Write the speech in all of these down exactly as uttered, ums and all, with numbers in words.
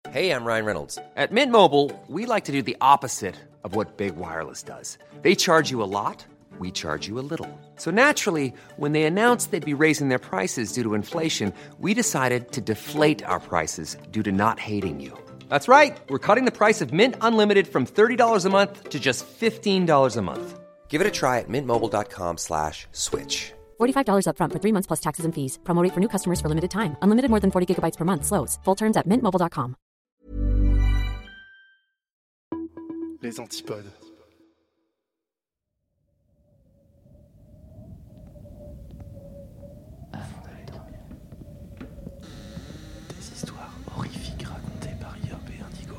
Hey, I'm Ryan Reynolds. At Mint Mobile, we like to do the opposite of what Big Wireless does. They charge you a lot, we charge you a little. So naturally, when they announced they'd be raising their prices due to inflation, we decided to deflate our prices due to not hating you. That's right. We're cutting the price of Mint Unlimited from thirty dollars a month to just fifteen dollars a month. Give it a try at mintmobile.com slash switch. forty-five dollars up front for three months plus taxes and fees. Promo rate for new customers for limited time. Unlimited more than forty gigabytes per month. Slows full terms at mint mobile dot com. Les antipodes. Avant d'aller dormir. Des histoires horrifiques racontées par Yop et Indigo.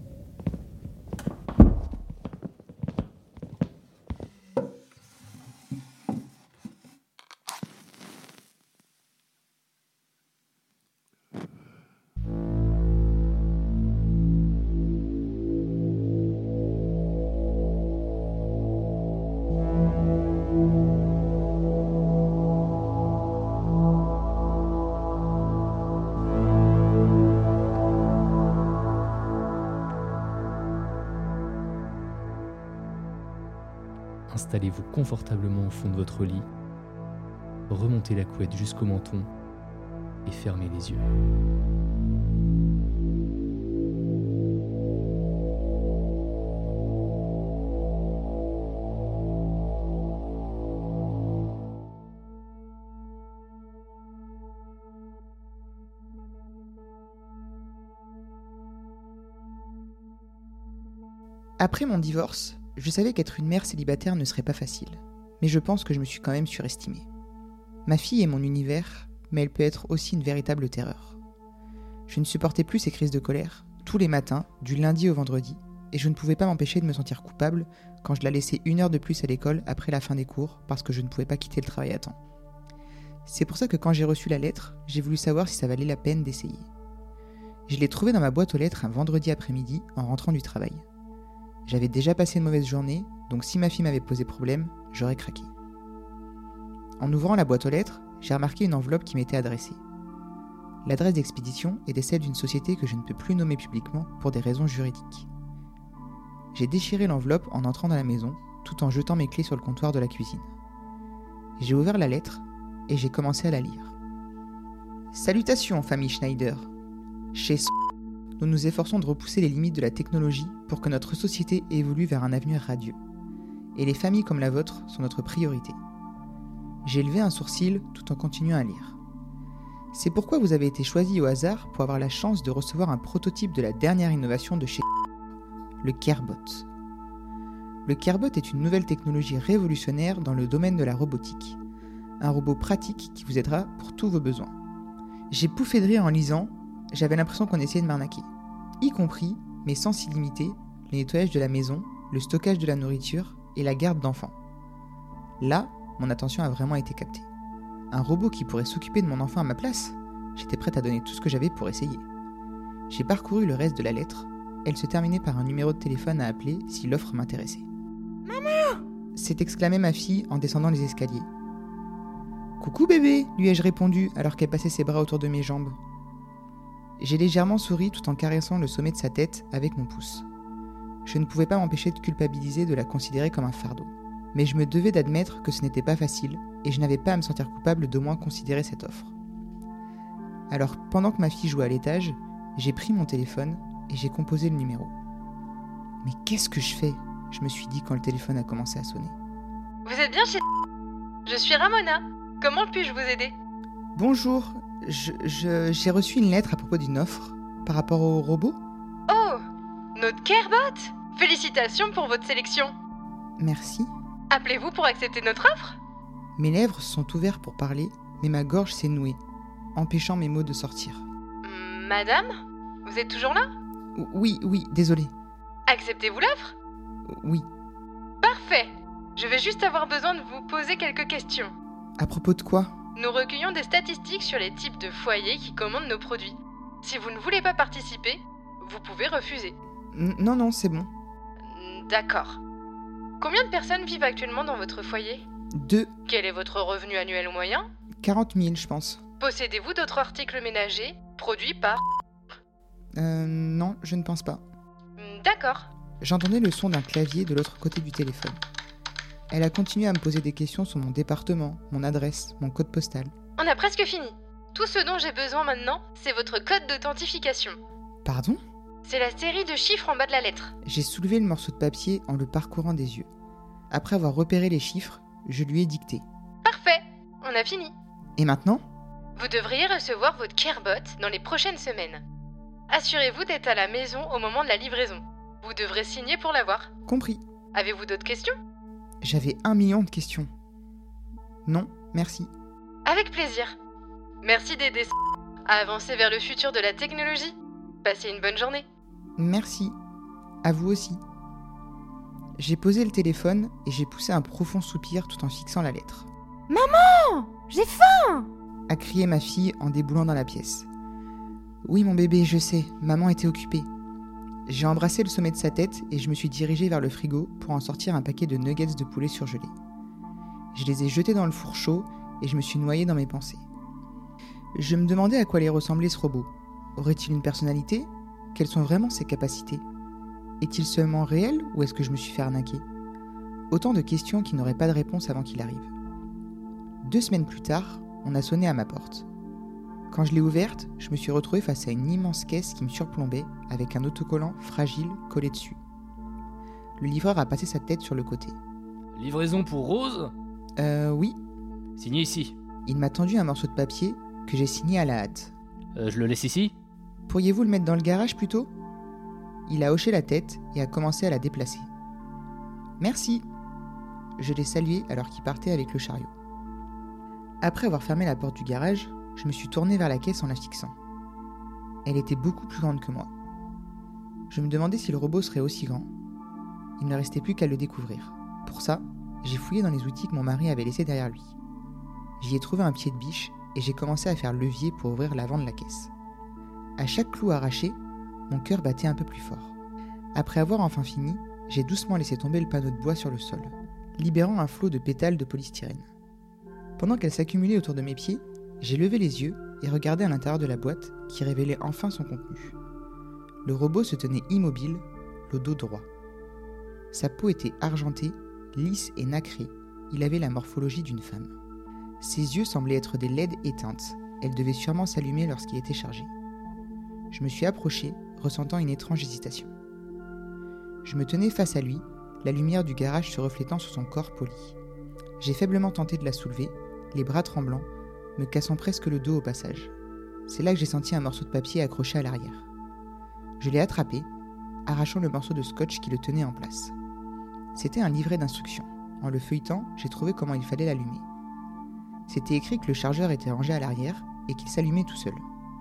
Installez-vous confortablement au fond de votre lit, remontez la couette jusqu'au menton et fermez les yeux. Après mon divorce, je savais qu'être une mère célibataire ne serait pas facile, mais je pense que je me suis quand même surestimé. Ma fille est mon univers, mais elle peut être aussi une véritable terreur. Je ne supportais plus ces crises de colère, tous les matins, du lundi au vendredi, et je ne pouvais pas m'empêcher de me sentir coupable quand je la laissais une heure de plus à l'école après la fin des cours parce que je ne pouvais pas quitter le travail à temps. C'est pour ça que quand j'ai reçu la lettre, j'ai voulu savoir si ça valait la peine d'essayer. Je l'ai trouvée dans ma boîte aux lettres un vendredi après-midi en rentrant du travail. J'avais déjà passé une mauvaise journée, donc si ma fille m'avait posé problème, j'aurais craqué. En ouvrant la boîte aux lettres, j'ai remarqué une enveloppe qui m'était adressée. L'adresse d'expédition était celle d'une société que je ne peux plus nommer publiquement pour des raisons juridiques. J'ai déchiré l'enveloppe en entrant dans la maison, tout en jetant mes clés sur le comptoir de la cuisine. J'ai ouvert la lettre et j'ai commencé à la lire. Salutations, famille Schneider. Chez nous nous efforçons de repousser les limites de la technologie pour que notre société évolue vers un avenir radieux. Et les familles comme la vôtre sont notre priorité. J'ai levé un sourcil tout en continuant à lire. C'est pourquoi vous avez été choisi au hasard pour avoir la chance de recevoir un prototype de la dernière innovation de chez le Carebot. Le Carebot est une nouvelle technologie révolutionnaire dans le domaine de la robotique. Un robot pratique qui vous aidera pour tous vos besoins. J'ai pouffé de rire en lisant. J'avais l'impression qu'on essayait de m'arnaquer, y compris, mais sans illimité, le nettoyage de la maison, le stockage de la nourriture et la garde d'enfants. Là, mon attention a vraiment été captée. Un robot qui pourrait s'occuper de mon enfant à ma place ? J'étais prête à donner tout ce que j'avais pour essayer. J'ai parcouru le reste de la lettre. Elle se terminait par un numéro de téléphone à appeler si l'offre m'intéressait. « Maman !» s'est exclamée ma fille en descendant les escaliers. « Coucou bébé !» lui ai-je répondu alors qu'elle passait ses bras autour de mes jambes. J'ai légèrement souri tout en caressant le sommet de sa tête avec mon pouce. Je ne pouvais pas m'empêcher de culpabiliser de la considérer comme un fardeau. Mais je me devais d'admettre que ce n'était pas facile et je n'avais pas à me sentir coupable d'au moins considérer cette offre. Alors, pendant que ma fille jouait à l'étage, j'ai pris mon téléphone et j'ai composé le numéro. Mais qu'est-ce que je fais ? Je me suis dit quand le téléphone a commencé à sonner. Vous êtes bien chez... Je suis Ramona. Comment puis-je vous aider ? Bonjour, je, je, j'ai reçu une lettre à propos d'une offre par rapport au robot. Oh, notre Carebot ! Félicitations pour votre sélection. Merci. Appelez-vous pour accepter notre offre ? Mes lèvres sont ouvertes pour parler, mais ma gorge s'est nouée, empêchant mes mots de sortir. Madame ? Vous êtes toujours là ? Oui, oui, désolé. Acceptez-vous l'offre ? Oui. Parfait. Je vais juste avoir besoin de vous poser quelques questions. À propos de quoi ? Nous recueillons des statistiques sur les types de foyers qui commandent nos produits. Si vous ne voulez pas participer, vous pouvez refuser. N- non, non, c'est bon. D'accord. Combien de personnes vivent actuellement dans votre foyer ? Deux. Quel est votre revenu annuel moyen ? quarante mille, je pense. Possédez-vous d'autres articles ménagers produits par... Euh, non. je ne pense pas. D'accord. J'entendais le son d'un clavier de l'autre côté du téléphone. Elle a continué à me poser des questions sur mon département, mon adresse, mon code postal. On a presque fini. Tout ce dont j'ai besoin maintenant, c'est votre code d'authentification. Pardon ? C'est la série de chiffres en bas de la lettre. J'ai soulevé le morceau de papier en le parcourant des yeux. Après avoir repéré les chiffres, je lui ai dicté. Parfait, on a fini. Et maintenant ? Vous devriez recevoir votre CareBot dans les prochaines semaines. Assurez-vous d'être à la maison au moment de la livraison. Vous devrez signer pour l'avoir. Compris. Avez-vous d'autres questions ? J'avais un million de questions. Non, merci. Avec plaisir. Merci d'aider à avancer vers le futur de la technologie. Passez une bonne journée. Merci. À vous aussi. J'ai posé le téléphone et j'ai poussé un profond soupir tout en fixant la lettre. Maman, j'ai faim ! A crié ma fille en déboulant dans la pièce. Oui, mon bébé, je sais, maman était occupée. J'ai embrassé le sommet de sa tête et je me suis dirigé vers le frigo pour en sortir un paquet de nuggets de poulet surgelés. Je les ai jetés dans le four chaud et je me suis noyé dans mes pensées. Je me demandais à quoi allait ressembler ce robot. Aurait-il une personnalité ? Quelles sont vraiment ses capacités ? Est-il seulement réel ou est-ce que je me suis fait arnaquer ? Autant de questions qui n'auraient pas de réponse avant qu'il arrive. Deux semaines plus tard, on a sonné à ma porte. Quand je l'ai ouverte, je me suis retrouvé face à une immense caisse qui me surplombait avec un autocollant fragile collé dessus. Le livreur a passé sa tête sur le côté. Livraison pour Rose ? Euh, oui. Signé ici. Il m'a tendu un morceau de papier que j'ai signé à la hâte. Euh, je le laisse ici ? Pourriez-vous le mettre dans le garage plutôt ? Il a hoché la tête et a commencé à la déplacer. Merci. Je l'ai salué alors qu'il partait avec le chariot. Après avoir fermé la porte du garage, je me suis tourné vers la caisse en la fixant. Elle était beaucoup plus grande que moi. Je me demandais si le robot serait aussi grand. Il ne restait plus qu'à le découvrir. Pour ça, j'ai fouillé dans les outils que mon mari avait laissés derrière lui. J'y ai trouvé un pied de biche et j'ai commencé à faire levier pour ouvrir l'avant de la caisse. À chaque clou arraché, mon cœur battait un peu plus fort. Après avoir enfin fini, j'ai doucement laissé tomber le panneau de bois sur le sol, libérant un flot de pétales de polystyrène. Pendant qu'elle s'accumulait autour de mes pieds, j'ai levé les yeux et regardé à l'intérieur de la boîte qui révélait enfin son contenu. Le robot se tenait immobile, le dos droit. Sa peau était argentée, lisse et nacrée. Il avait la morphologie d'une femme. Ses yeux semblaient être des L E D éteintes. Elles devaient sûrement s'allumer lorsqu'il était chargé. Je me suis approché, ressentant une étrange hésitation. Je me tenais face à lui, la lumière du garage se reflétant sur son corps poli. J'ai faiblement tenté de la soulever, les bras tremblants, me cassant presque le dos au passage. C'est là que j'ai senti un morceau de papier accroché à l'arrière. Je l'ai attrapé, arrachant le morceau de scotch qui le tenait en place. C'était un livret d'instructions. En le feuilletant, j'ai trouvé comment il fallait l'allumer. C'était écrit que le chargeur était rangé à l'arrière et qu'il s'allumait tout seul.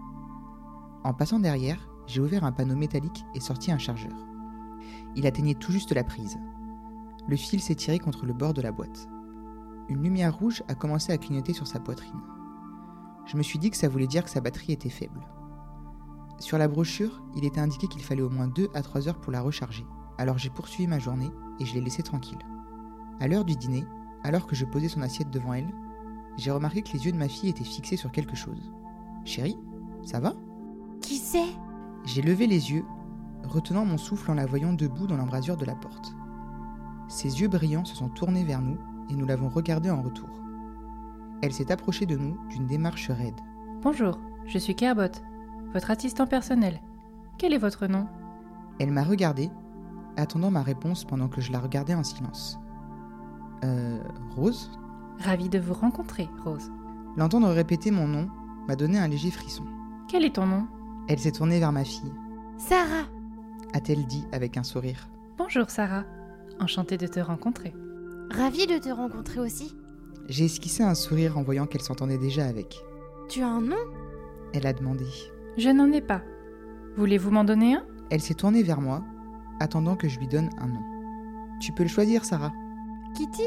En passant derrière, j'ai ouvert un panneau métallique et sorti un chargeur. Il atteignait tout juste la prise. Le fil s'est tiré contre le bord de la boîte. Une lumière rouge a commencé à clignoter sur sa poitrine. Je me suis dit que ça voulait dire que sa batterie était faible. Sur la brochure, il était indiqué qu'il fallait au moins deux à trois heures pour la recharger, alors j'ai poursuivi ma journée et je l'ai laissée tranquille. À l'heure du dîner, alors que je posais son assiette devant elle, j'ai remarqué que les yeux de ma fille étaient fixés sur quelque chose. « Chérie, ça va ?» Qui c'est ? J'ai levé les yeux, retenant mon souffle en la voyant debout dans l'embrasure de la porte. Ses yeux brillants se sont tournés vers nous et nous l'avons regardée en retour. Elle s'est approchée de nous d'une démarche raide. Bonjour, je suis CareBot, votre assistant personnel. Quel est votre nom ? Elle m'a regardée, attendant ma réponse pendant que je la regardais en silence. Euh... Rose ? Ravie de vous rencontrer, Rose. L'entendre répéter mon nom m'a donné un léger frisson. Quel est ton nom ? Elle s'est tournée vers ma fille. Sarah, a-t-elle dit avec un sourire. Bonjour Sarah, enchantée de te rencontrer. ravie de te rencontrer aussi. J'ai esquissé un sourire en voyant qu'elle s'entendait déjà avec. Tu as un nom ? Elle a demandé. Je n'en ai pas. Voulez-vous m'en donner un ? Elle s'est tournée vers moi, attendant que je lui donne un nom. Tu peux le choisir, Sarah. Kitty ?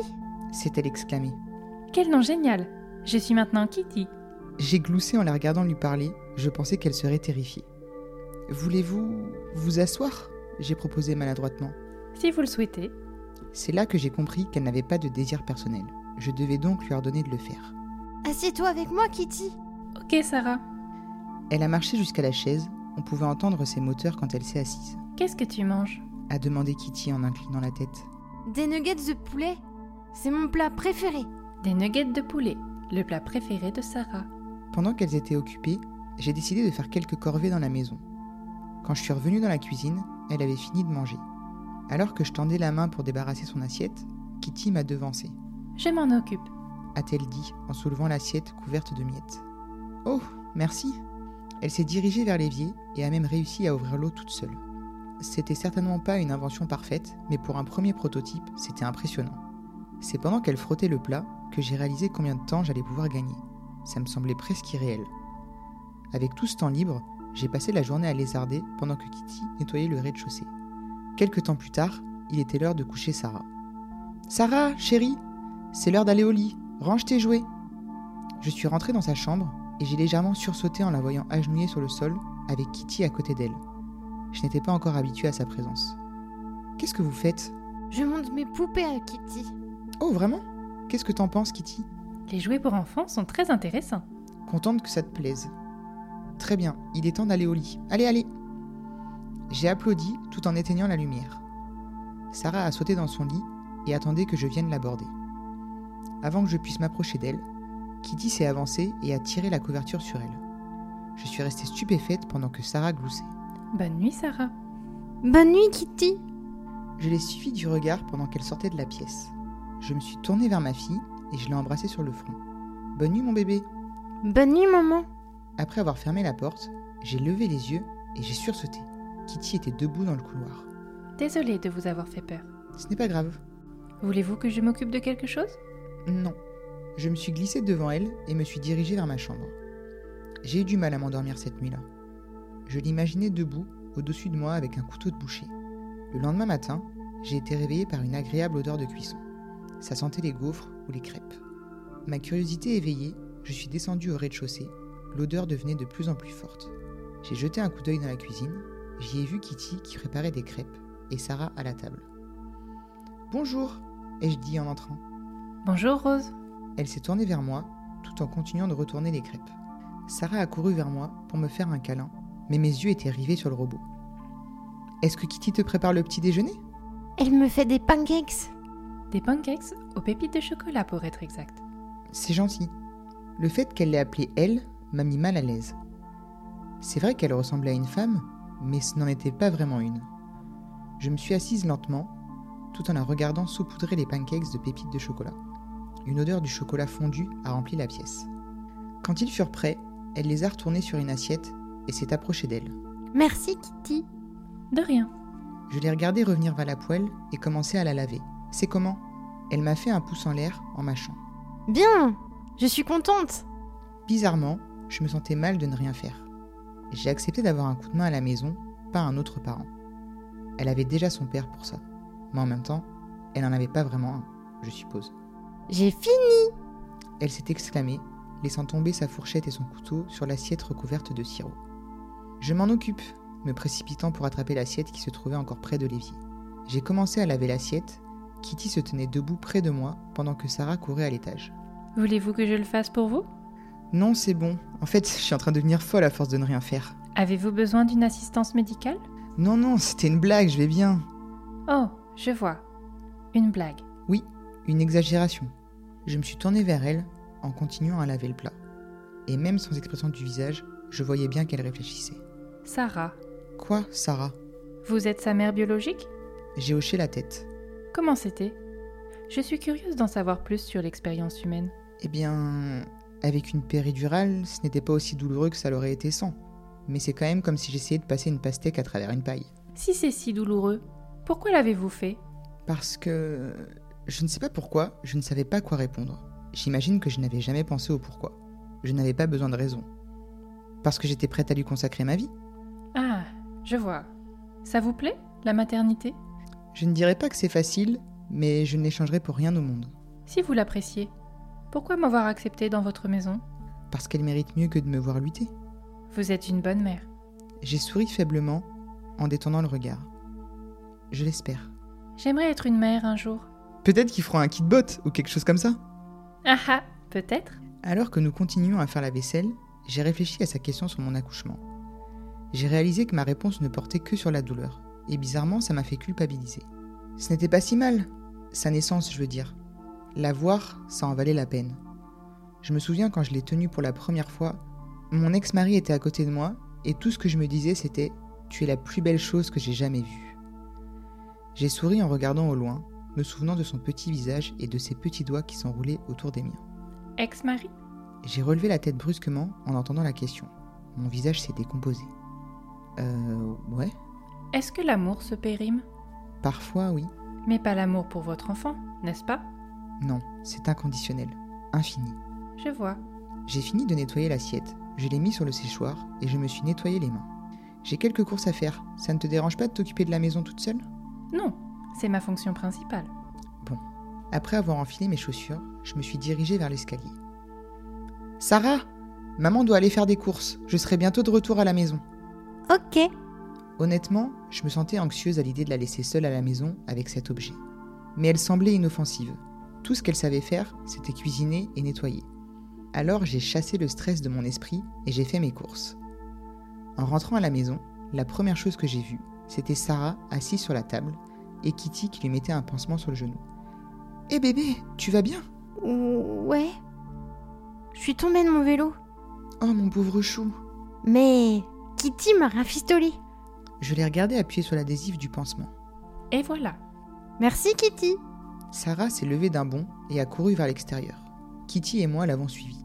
S'est-elle exclamée. Quel nom génial ! Je suis maintenant Kitty. J'ai gloussé en la regardant lui parler, je pensais qu'elle serait terrifiée. Voulez-vous vous asseoir ? J'ai proposé maladroitement. Si vous le souhaitez. C'est là que j'ai compris qu'elle n'avait pas de désir personnel. Je devais donc lui ordonner de le faire. Assieds-toi avec moi, Kitty. Ok, Sarah. Elle a marché jusqu'à la chaise, On pouvait entendre ses moteurs quand elle s'est assise, Qu'est-ce que tu manges? a demandé Kitty en inclinant la tête. Des nuggets de poulet. C'est mon plat préféré. Des nuggets de poulet, le plat préféré de Sarah. Pendant qu'elles étaient occupées, j'ai décidé de faire quelques corvées dans la maison. Quand je suis revenu dans la cuisine, elle avait fini de manger. Alors que je tendais la main pour débarrasser son assiette, Kitty m'a devancé, Je m'en occupe. a-t-elle dit en soulevant l'assiette couverte de miettes. Oh, merci. Elle s'est dirigée vers l'évier et a même réussi à ouvrir l'eau toute seule. C'était certainement pas une invention parfaite, mais pour un premier prototype, c'était impressionnant. C'est pendant qu'elle frottait le plat que j'ai réalisé combien de temps j'allais pouvoir gagner. Ça me semblait presque irréel. Avec tout ce temps libre, j'ai passé la journée à lézarder pendant que Kitty nettoyait le rez-de-chaussée. Quelque temps plus tard, il était l'heure de coucher Sarah. « Sarah, chérie, c'est l'heure d'aller au lit, range tes jouets !» Je suis rentré dans sa chambre et j'ai légèrement sursauté en la voyant agenouillée sur le sol avec Kitty à côté d'elle. Je n'étais pas encore habitué à sa présence. « Qu'est-ce que vous faites ? Je monte mes poupées à Kitty. » Oh, vraiment ? Qu'est-ce que t'en penses, Kitty ? Les jouets pour enfants sont très intéressants. Contente que ça te plaise. Très bien, il est temps d'aller au lit. Allez, allez ! J'ai applaudi tout en éteignant la lumière. Sarah a sauté dans son lit et attendait que je vienne l'aborder. Avant que je puisse m'approcher d'elle, Kitty s'est avancée et a tiré la couverture sur elle. Je suis restée stupéfaite pendant que Sarah gloussait. Bonne nuit, Sarah. Bonne nuit, Kitty. Je l'ai suivie du regard pendant qu'elle sortait de la pièce. Je me suis tournée vers ma fille et je l'ai embrassée sur le front. « Bonne nuit, mon bébé !» Bonne nuit, maman. Après avoir fermé la porte, j'ai levé les yeux et j'ai sursauté. Kitty était debout dans le couloir. Désolée de vous avoir fait peur. Ce n'est pas grave. Voulez-vous que je m'occupe de quelque chose? Non. Je me suis glissée devant elle et me suis dirigée vers ma chambre. J'ai eu du mal à m'endormir cette nuit-là. Je l'imaginais debout, au-dessus de moi avec un couteau de boucher. Le lendemain matin, j'ai été réveillée par une agréable odeur de cuisson. Ça sentait les gaufres ou les crêpes. Ma curiosité éveillée, je suis descendue au rez-de-chaussée. L'odeur devenait de plus en plus forte. J'ai jeté un coup d'œil dans la cuisine. J'y ai vu Kitty qui préparait des crêpes et Sarah à la table. « Bonjour !» ai-je dit en entrant. « Bonjour, Rose !» Elle s'est tournée vers moi, tout en continuant de retourner les crêpes. Sarah a couru vers moi pour me faire un câlin, mais mes yeux étaient rivés sur le robot. « Est-ce que Kitty te prépare le petit déjeuner ?» Elle me fait des pancakes. Des pancakes aux pépites de chocolat pour être exact. C'est gentil. Le fait qu'elle l'ait appelée elle m'a mis mal à l'aise. C'est vrai qu'elle ressemblait à une femme, mais ce n'en était pas vraiment une. Je me suis assise lentement, tout en la regardant saupoudrer les pancakes de pépites de chocolat. Une odeur du chocolat fondu a rempli la pièce. Quand ils furent prêts, elle les a retournés sur une assiette et s'est approchée d'elle. Merci, Kitty. De rien. Je l'ai regardée revenir vers la poêle et commencer à la laver. C'est comment ? Elle m'a fait un pouce en l'air en mâchant. Bien, je suis contente. Bizarrement, je me sentais mal de ne rien faire. J'ai accepté d'avoir un coup de main à la maison, pas un autre parent. Elle avait déjà son père pour ça. Mais en même temps, elle n'en avait pas vraiment un, je suppose. J'ai fini. Elle s'est exclamée, laissant tomber sa fourchette et son couteau sur l'assiette recouverte de sirop. Je m'en occupe, me précipitant pour attraper l'assiette qui se trouvait encore près de l'évier. J'ai commencé à laver l'assiette. Kitty se tenait debout près de moi pendant que Sarah courait à l'étage. Voulez-vous que je le fasse pour vous? Non, c'est bon. En fait, je suis en train de devenir folle à force de ne rien faire. Avez-vous besoin d'une assistance médicale? Non, non, c'était une blague, je vais bien. Oh, je vois. Une blague. Oui, une exagération. Je me suis tournée vers elle en continuant à laver le plat. Et même sans expression du visage, je voyais bien qu'elle réfléchissait. Sarah. Quoi, Sarah? Vous êtes sa mère biologique? J'ai hoché la tête. Comment c'était? Je suis curieuse d'en savoir plus sur l'expérience humaine. Eh bien, avec une péridurale, ce n'était pas aussi douloureux que ça l'aurait été sans. Mais c'est quand même comme si j'essayais de passer une pastèque à travers une paille. Si c'est si douloureux, pourquoi l'avez-vous fait? Parce que... Je ne sais pas pourquoi, je ne savais pas quoi répondre. J'imagine que je n'avais jamais pensé au pourquoi. Je n'avais pas besoin de raison. Parce que j'étais prête à lui consacrer ma vie. Ah, je vois. Ça vous plaît, la maternité? Je ne dirais pas que c'est facile, mais je ne l'échangerai pour rien au monde. Si vous l'appréciez, pourquoi m'avoir accepté dans votre maison? Parce qu'elle mérite mieux que de me voir lutter. Vous êtes une bonne mère. J'ai souri faiblement, en détournant le regard. Je l'espère. J'aimerais être une mère un jour. Peut-être qu'ils feront un kit-bot ou quelque chose comme ça. Ah ah, peut-être. Alors que nous continuions à faire la vaisselle, j'ai réfléchi à sa question sur mon accouchement. J'ai réalisé que ma réponse ne portait que sur la douleur, et bizarrement ça m'a fait culpabiliser. Ce n'était pas si mal, sa naissance je veux dire. La voir, ça en valait la peine. Je me souviens quand je l'ai tenue pour la première fois, mon ex-mari était à côté de moi, et tout ce que je me disais c'était « Tu es la plus belle chose que j'ai jamais vue ». J'ai souri en regardant au loin, me souvenant de son petit visage et de ses petits doigts qui s'enroulaient autour des miens. Ex-mari ? J'ai relevé la tête brusquement en entendant la question. Mon visage s'est décomposé. Euh... ouais. Est-ce que l'amour se périme ? Parfois, oui. Mais pas l'amour pour votre enfant, n'est-ce pas ? Non, c'est inconditionnel. Infini. Je vois. J'ai fini de nettoyer l'assiette. Je l'ai mis sur le séchoir et je me suis nettoyé les mains. J'ai quelques courses à faire. Ça ne te dérange pas de t'occuper de la maison toute seule ? Non, c'est ma fonction principale. Bon. Après avoir enfilé mes chaussures, je me suis dirigée vers l'escalier. Sarah, maman doit aller faire des courses. Je serai bientôt de retour à la maison. Ok. Honnêtement, je me sentais anxieuse à l'idée de la laisser seule à la maison avec cet objet. Mais elle semblait inoffensive. Tout ce qu'elle savait faire, c'était cuisiner et nettoyer. Alors j'ai chassé le stress de mon esprit et j'ai fait mes courses. En rentrant à la maison, la première chose que j'ai vue, c'était Sarah assise sur la table et Kitty qui lui mettait un pansement sur le genou. « Hé bébé, tu vas bien ? Ouais. Je suis tombée de mon vélo. Oh mon pauvre chou !» Mais Kitty m'a rafistolé. Je l'ai regardé appuyer sur l'adhésif du pansement. Et voilà. Merci Kitty. Sarah s'est levée d'un bond et a couru vers l'extérieur. Kitty et moi l'avons suivie.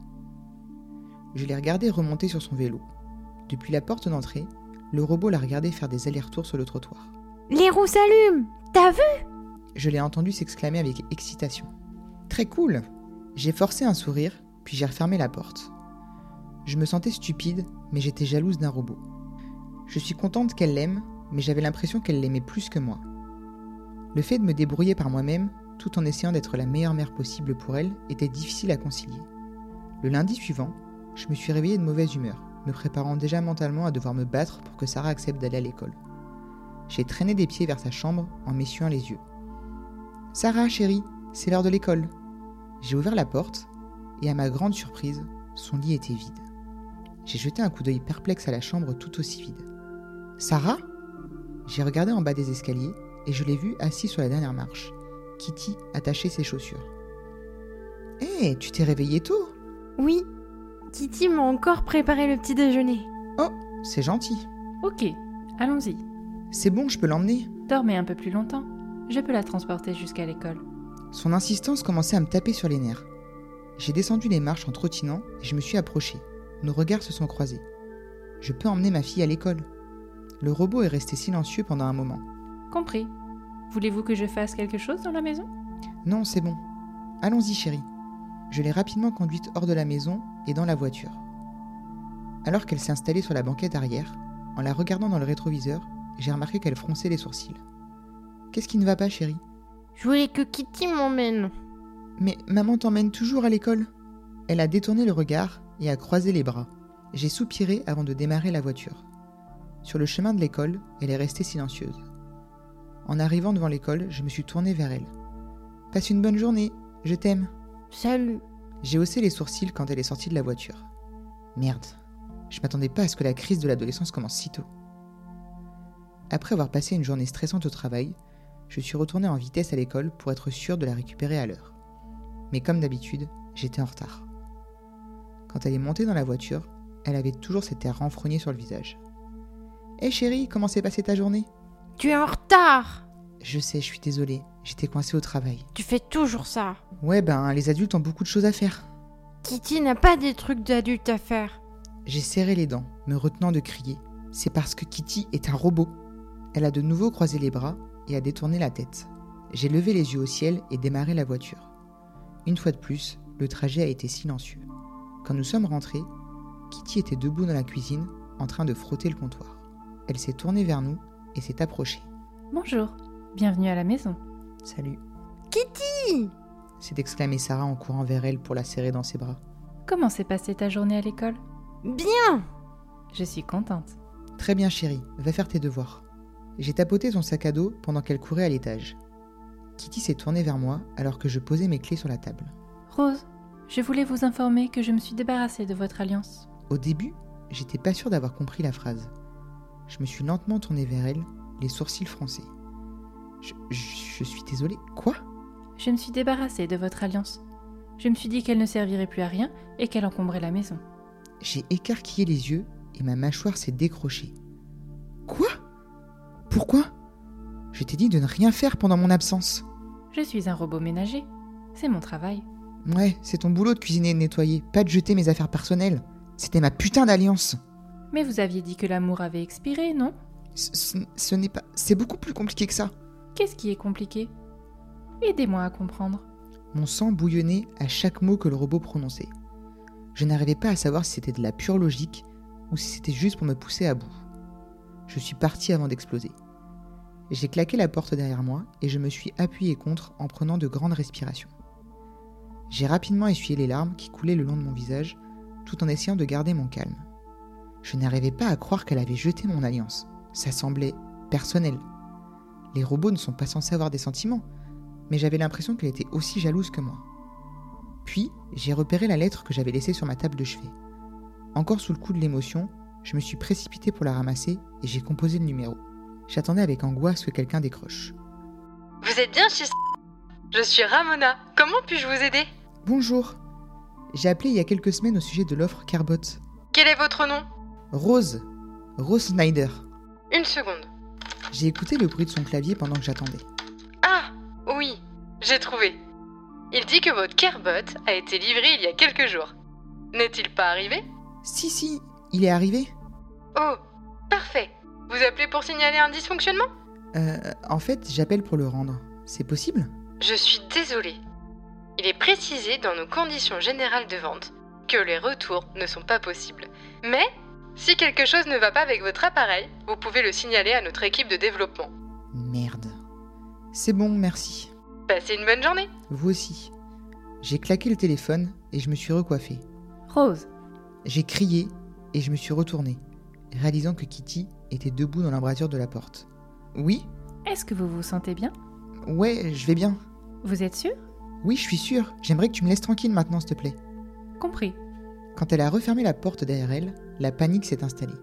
Je l'ai regardé remonter sur son vélo. Depuis la porte d'entrée, le robot l'a regardé faire des allers-retours sur le trottoir. Les roues s'allument. T'as vu ? Je l'ai entendu s'exclamer avec excitation. Très cool ! J'ai forcé un sourire, puis j'ai refermé la porte. Je me sentais stupide, mais j'étais jalouse d'un robot. Je suis contente qu'elle l'aime, mais j'avais l'impression qu'elle l'aimait plus que moi. Le fait de me débrouiller par moi-même, tout en essayant d'être la meilleure mère possible pour elle, était difficile à concilier. Le lundi suivant, je me suis réveillée de mauvaise humeur, me préparant déjà mentalement à devoir me battre pour que Sarah accepte d'aller à l'école. J'ai traîné des pieds vers sa chambre en m'essuyant les yeux. « Sarah, chérie, c'est l'heure de l'école !» J'ai ouvert la porte, et à ma grande surprise, son lit était vide. J'ai jeté un coup d'œil perplexe à la chambre tout aussi vide. « Sarah ?» J'ai regardé en bas des escaliers, et je l'ai vue assise sur la dernière marche. Kitty attachait ses chaussures. « Hé, hey, tu t'es réveillée tôt ?» Oui. Kitty m'a encore préparé le petit déjeuner. Oh, c'est gentil. Ok, allons-y. C'est bon, je peux l'emmener. Dormez un peu plus longtemps. Je peux la transporter jusqu'à l'école. Son insistance commençait à me taper sur les nerfs. J'ai descendu les marches en trottinant et je me suis approché. Nos regards se sont croisés. Je peux emmener ma fille à l'école. Le robot est resté silencieux pendant un moment. Compris. Voulez-vous que je fasse quelque chose dans la maison ? Non, c'est bon. Allons-y, chérie. Je l'ai rapidement conduite hors de la maison et dans la voiture. Alors qu'elle s'est installée sur la banquette arrière, en la regardant dans le rétroviseur, j'ai remarqué qu'elle fronçait les sourcils. Qu'est-ce qui ne va pas, chérie ? Je voulais que Kitty m'emmène. Mais maman t'emmène toujours à l'école ? Elle a détourné le regard et a croisé les bras. J'ai soupiré avant de démarrer la voiture. Sur le chemin de l'école, elle est restée silencieuse. En arrivant devant l'école, je me suis tournée vers elle. « Passe une bonne journée, je t'aime. » Salut. J'ai haussé les sourcils quand elle est sortie de la voiture. Merde, je m'attendais pas à ce que la crise de l'adolescence commence si tôt. Après avoir passé une journée stressante au travail, je suis retournée en vitesse à l'école pour être sûre de la récupérer à l'heure. Mais comme d'habitude, j'étais en retard. Quand elle est montée dans la voiture, elle avait toujours cet air renfrogné sur le visage. « Hé hey chérie, comment s'est passée ta journée ? » Tu es en retard. Je sais, je suis désolée, j'étais coincée au travail. Tu fais toujours ça. Ouais, ben, les adultes ont beaucoup de choses à faire. Kitty n'a pas des trucs d'adultes à faire. J'ai serré les dents, me retenant de crier. C'est parce que Kitty est un robot. Elle a de nouveau croisé les bras et a détourné la tête. J'ai levé les yeux au ciel et démarré la voiture. Une fois de plus, le trajet a été silencieux. Quand nous sommes rentrés, Kitty était debout dans la cuisine, en train de frotter le comptoir. Elle s'est tournée vers nous et s'est approchée. Bonjour, bienvenue à la maison. Salut. Kitty ! s'est exclamée Sarah en courant vers elle pour la serrer dans ses bras. Comment s'est passée ta journée à l'école ? Bien ! Je suis contente. Très bien chérie, va faire tes devoirs. J'ai tapoté son sac à dos pendant qu'elle courait à l'étage. Kitty s'est tournée vers moi alors que je posais mes clés sur la table. Rose, je voulais vous informer que je me suis débarrassée de votre alliance. Au début, j'étais pas sûre d'avoir compris la phrase. Je me suis lentement tourné vers elle, les sourcils froncés. Je, je, je suis désolée. Quoi ? Je me suis débarrassée de votre alliance. Je me suis dit qu'elle ne servirait plus à rien et qu'elle encombrait la maison. J'ai écarquillé les yeux et ma mâchoire s'est décrochée. Quoi ? Pourquoi ? Je t'ai dit de ne rien faire pendant mon absence. Je suis un robot ménager. C'est mon travail. Ouais, c'est ton boulot de cuisiner et de nettoyer, pas de jeter mes affaires personnelles. C'était ma putain d'alliance. Mais vous aviez dit que l'amour avait expiré, non ? Ce, ce, ce n'est pas... C'est beaucoup plus compliqué que ça. Qu'est-ce qui est compliqué ? Aidez-moi à comprendre. Mon sang bouillonnait à chaque mot que le robot prononçait. Je n'arrivais pas à savoir si c'était de la pure logique ou si c'était juste pour me pousser à bout. Je suis parti avant d'exploser. J'ai claqué la porte derrière moi et je me suis appuyé contre en prenant de grandes respirations. J'ai rapidement essuyé les larmes qui coulaient le long de mon visage tout en essayant de garder mon calme. Je n'arrivais pas à croire qu'elle avait jeté mon alliance. Ça semblait personnel. Les robots ne sont pas censés avoir des sentiments, mais j'avais l'impression qu'elle était aussi jalouse que moi. Puis, j'ai repéré la lettre que j'avais laissée sur ma table de chevet. Encore sous le coup de l'émotion, je me suis précipité pour la ramasser et j'ai composé le numéro. J'attendais avec angoisse que quelqu'un décroche. Vous êtes bien chez... Je suis Ramona. Comment puis-je vous aider ? Bonjour. J'ai appelé il y a quelques semaines au sujet de l'offre Carbot. Quel est votre nom ? Rose. Rose Snyder. Une seconde. J'ai écouté le bruit de son clavier pendant que j'attendais. Ah, oui, j'ai trouvé. Il dit que votre Carbot a été livré il y a quelques jours. N'est-il pas arrivé ? Si, si, il est arrivé. Oh, parfait. Vous appelez pour signaler un dysfonctionnement ? Euh, en fait, j'appelle pour le rendre. C'est possible ? Je suis désolée. Il est précisé dans nos conditions générales de vente que les retours ne sont pas possibles. Mais, si quelque chose ne va pas avec votre appareil, vous pouvez le signaler à notre équipe de développement. Merde. C'est bon, merci. Passez une bonne journée. Vous aussi. J'ai claqué le téléphone et je me suis recoiffé. Rose. J'ai crié et je me suis retourné, réalisant que Kitty était debout dans l'embrasure de la porte. Oui ? Est-ce que vous vous sentez bien ? Ouais, je vais bien. Vous êtes sûr ? Oui, je suis sûre. J'aimerais que tu me laisses tranquille maintenant, s'il te plaît. Compris. Quand elle a refermé la porte derrière elle, la panique s'est installée.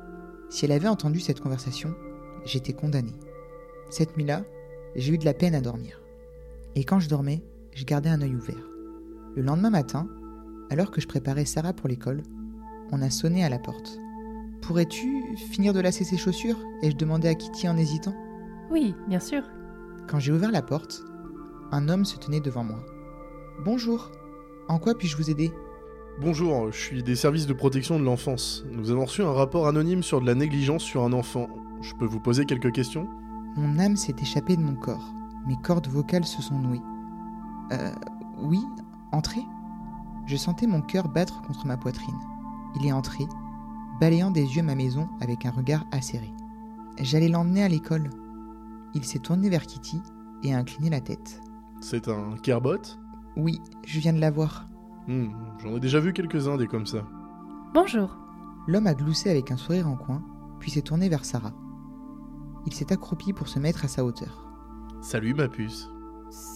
Si elle avait entendu cette conversation, j'étais condamné. Cette nuit-là, j'ai eu de la peine à dormir. Et quand je dormais, je gardais un œil ouvert. Le lendemain matin, alors que je préparais Sarah pour l'école, on a sonné à la porte. « Pourrais-tu finir de lasser ses chaussures ?» ai-je demandé à Kitty en hésitant. Oui, bien sûr. Quand j'ai ouvert la porte, un homme se tenait devant moi. « Bonjour, en quoi puis-je vous aider ?» Bonjour, je suis des services de protection de l'enfance. Nous avons reçu un rapport anonyme sur de la négligence sur un enfant. Je peux vous poser quelques questions ? Mon âme s'est échappée de mon corps. Mes cordes vocales se sont nouées. Euh... Oui, entrez. Je sentais mon cœur battre contre ma poitrine. Il est entré, balayant des yeux ma maison avec un regard acéré. J'allais l'emmener à l'école. Il s'est tourné vers Kitty et a incliné la tête. C'est un Carbot ? Oui, je viens de la voir. Hmm, j'en ai déjà vu quelques-uns des comme ça. Bonjour. L'homme a gloussé avec un sourire en coin, puis s'est tourné vers Sarah. Il s'est accroupi pour se mettre à sa hauteur. Salut ma puce. Salut ?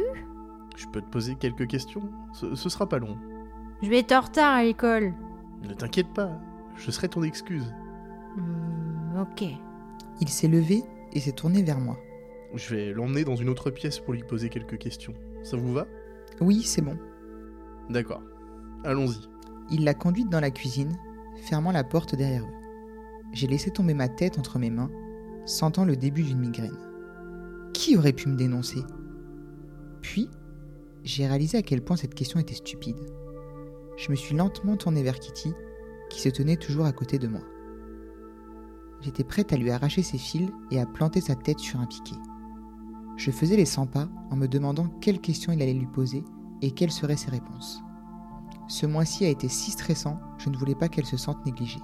Je peux te poser quelques questions ? Ce, ce sera pas long. Je vais être en retard à l'école. Ne t'inquiète pas, je serai ton excuse. Hmm, ok. Il s'est levé et s'est tourné vers moi. Je vais l'emmener dans une autre pièce pour lui poser quelques questions. Ça vous va ? Oui, c'est bon. D'accord. Allons-y. Il l'a conduite dans la cuisine, fermant la porte derrière eux. J'ai laissé tomber ma tête entre mes mains, sentant le début d'une migraine. Qui aurait pu me dénoncer ? Puis, j'ai réalisé à quel point cette question était stupide. Je me suis lentement tourné vers Kitty, qui se tenait toujours à côté de moi. J'étais prête à lui arracher ses fils et à planter sa tête sur un piquet. Je faisais les cent pas en me demandant quelles questions il allait lui poser et quelles seraient ses réponses. Ce mois-ci a été si stressant, je ne voulais pas qu'elle se sente négligée.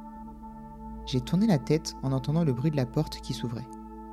J'ai tourné la tête en entendant le bruit de la porte qui s'ouvrait.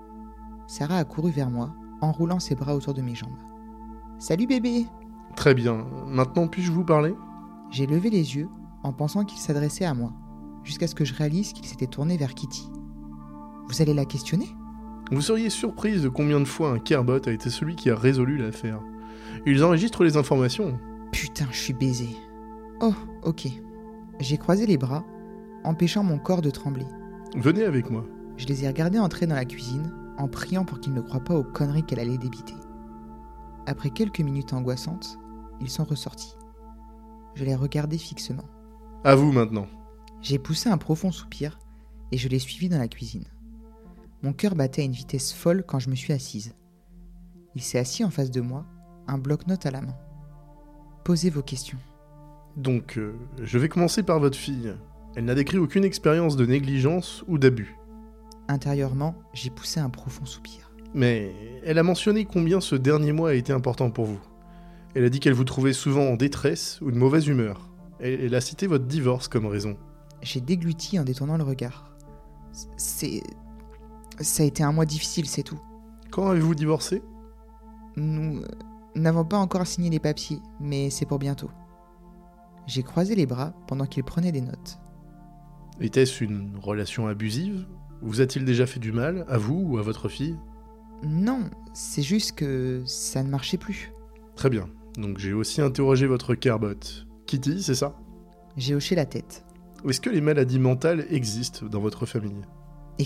Sarah a couru vers moi, enroulant ses bras autour de mes jambes. « Salut bébé !» Très bien. Maintenant, puis-je vous parler ? J'ai levé les yeux en pensant qu'il s'adressait à moi, jusqu'à ce que je réalise qu'il s'était tourné vers Kitty. « Vous allez la questionner ? » Vous seriez surprise de combien de fois un Carbot a été celui qui a résolu l'affaire. Ils enregistrent les informations. Putain, je suis baisé. Oh, ok. J'ai croisé les bras, empêchant mon corps de trembler. Venez avec moi. Je les ai regardés entrer dans la cuisine, en priant pour qu'ils ne croient pas aux conneries qu'elle allait débiter. Après quelques minutes angoissantes, ils sont ressortis. Je les regardais fixement. À vous maintenant. J'ai poussé un profond soupir et je les suivis dans la cuisine. Mon cœur battait à une vitesse folle quand je me suis assise. Il s'est assis en face de moi, un bloc-notes à la main. Posez vos questions. Donc, euh, je vais commencer par votre fille. Elle n'a décrit aucune expérience de négligence ou d'abus. Intérieurement, j'ai poussé un profond soupir. Mais elle a mentionné combien ce dernier mois a été important pour vous. Elle a dit qu'elle vous trouvait souvent en détresse ou de mauvaise humeur. Elle, elle a cité votre divorce comme raison. J'ai dégluti en détournant le regard. C'est... Ça a été un mois difficile, c'est tout. Quand avez-vous divorcé ? Nous n'avons pas encore signé les papiers, mais c'est pour bientôt. J'ai croisé les bras pendant qu'il prenait des notes. Était-ce une relation abusive ? Vous a-t-il déjà fait du mal, à vous ou à votre fille ? Non, c'est juste que ça ne marchait plus. Très bien, donc j'ai aussi interrogé votre carbot. Kitty, c'est ça ? J'ai hoché la tête. Est-ce que les maladies mentales existent dans votre famille ? Excusez-moi ?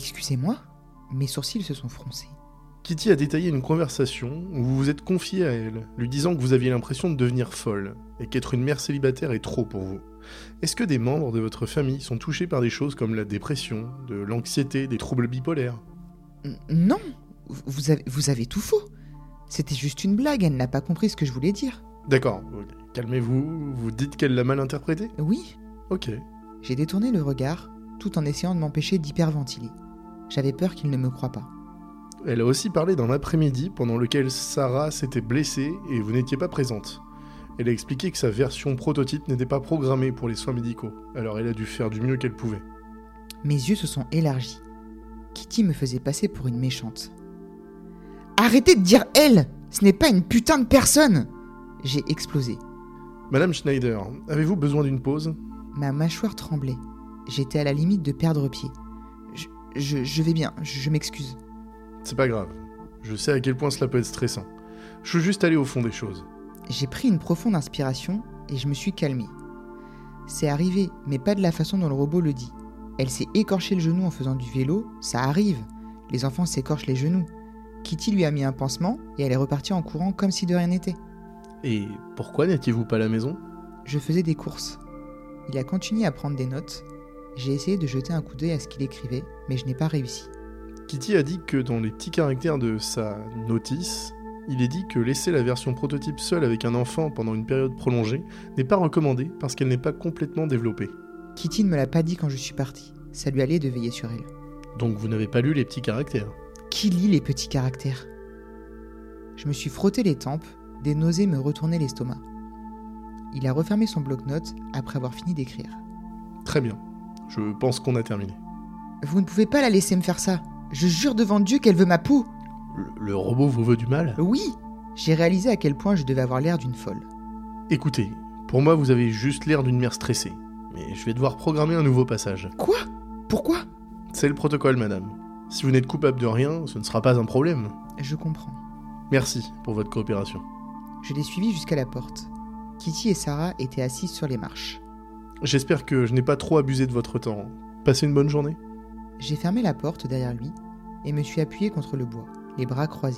Mes sourcils se sont froncés. Kitty a détaillé une conversation où vous vous êtes confié à elle, lui disant que vous aviez l'impression de devenir folle, et qu'être une mère célibataire est trop pour vous. Est-ce que des membres de votre famille sont touchés par des choses comme la dépression, de l'anxiété, des troubles bipolaires ? N- Non, vous avez, vous avez tout faux. C'était juste une blague, elle n'a pas compris ce que je voulais dire. D'accord, calmez-vous, vous dites qu'elle l'a mal interprété ? Oui. Ok. J'ai détourné le regard, tout en essayant de m'empêcher d'hyperventiler. J'avais peur qu'il ne me croie pas. Elle a aussi parlé d'un après-midi pendant lequel Sarah s'était blessée et vous n'étiez pas présente. Elle a expliqué que sa version prototype n'était pas programmée pour les soins médicaux, alors elle a dû faire du mieux qu'elle pouvait. Mes yeux se sont élargis. Kitty me faisait passer pour une méchante. Arrêtez de dire elle ! Ce n'est pas une putain de personne ! J'ai explosé. Madame Schneider, avez-vous besoin d'une pause ? Ma mâchoire tremblait. J'étais à la limite de perdre pied. Je, je, je vais bien, je, je m'excuse. C'est pas grave. Je sais à quel point cela peut être stressant. Je veux juste aller au fond des choses. J'ai pris une profonde inspiration et je me suis calmé. C'est arrivé, mais pas de la façon dont le robot le dit. Elle s'est écorché le genou en faisant du vélo, ça arrive. Les enfants s'écorchent les genoux. Kitty lui a mis un pansement et elle est repartie en courant comme si de rien n'était. Et pourquoi n'étiez-vous pas à la maison ? Je faisais des courses. Il a continué à prendre des notes. J'ai essayé de jeter un coup d'œil à ce qu'il écrivait, mais je n'ai pas réussi. Kitty a dit que dans les petits caractères de sa notice, il est dit que laisser la version prototype seule avec un enfant pendant une période prolongée n'est pas recommandé parce qu'elle n'est pas complètement développée. Kitty ne me l'a pas dit quand je suis parti. Ça lui allait de veiller sur elle. Donc vous n'avez pas lu les petits caractères ? Qui lit les petits caractères ? Je me suis frotté les tempes, des nausées me retournaient l'estomac. Il a refermé son bloc-notes après avoir fini d'écrire. Très bien. Je pense qu'on a terminé. Vous ne pouvez pas la laisser me faire ça. Je jure devant Dieu qu'elle veut ma peau. Le, le robot vous veut du mal ? Oui. J'ai réalisé à quel point je devais avoir l'air d'une folle. Écoutez, pour moi vous avez juste l'air d'une mère stressée. Mais je vais devoir programmer un nouveau passage. Quoi ? Pourquoi ? C'est le protocole, madame. Si vous n'êtes coupable de rien, ce ne sera pas un problème. Je comprends. Merci pour votre coopération. Je l'ai suivi jusqu'à la porte. Kitty et Sarah étaient assises sur les marches. J'espère que je n'ai pas trop abusé de votre temps. Passez une bonne journée. J'ai fermé la porte derrière lui et me suis appuyé contre le bois, les bras croisés.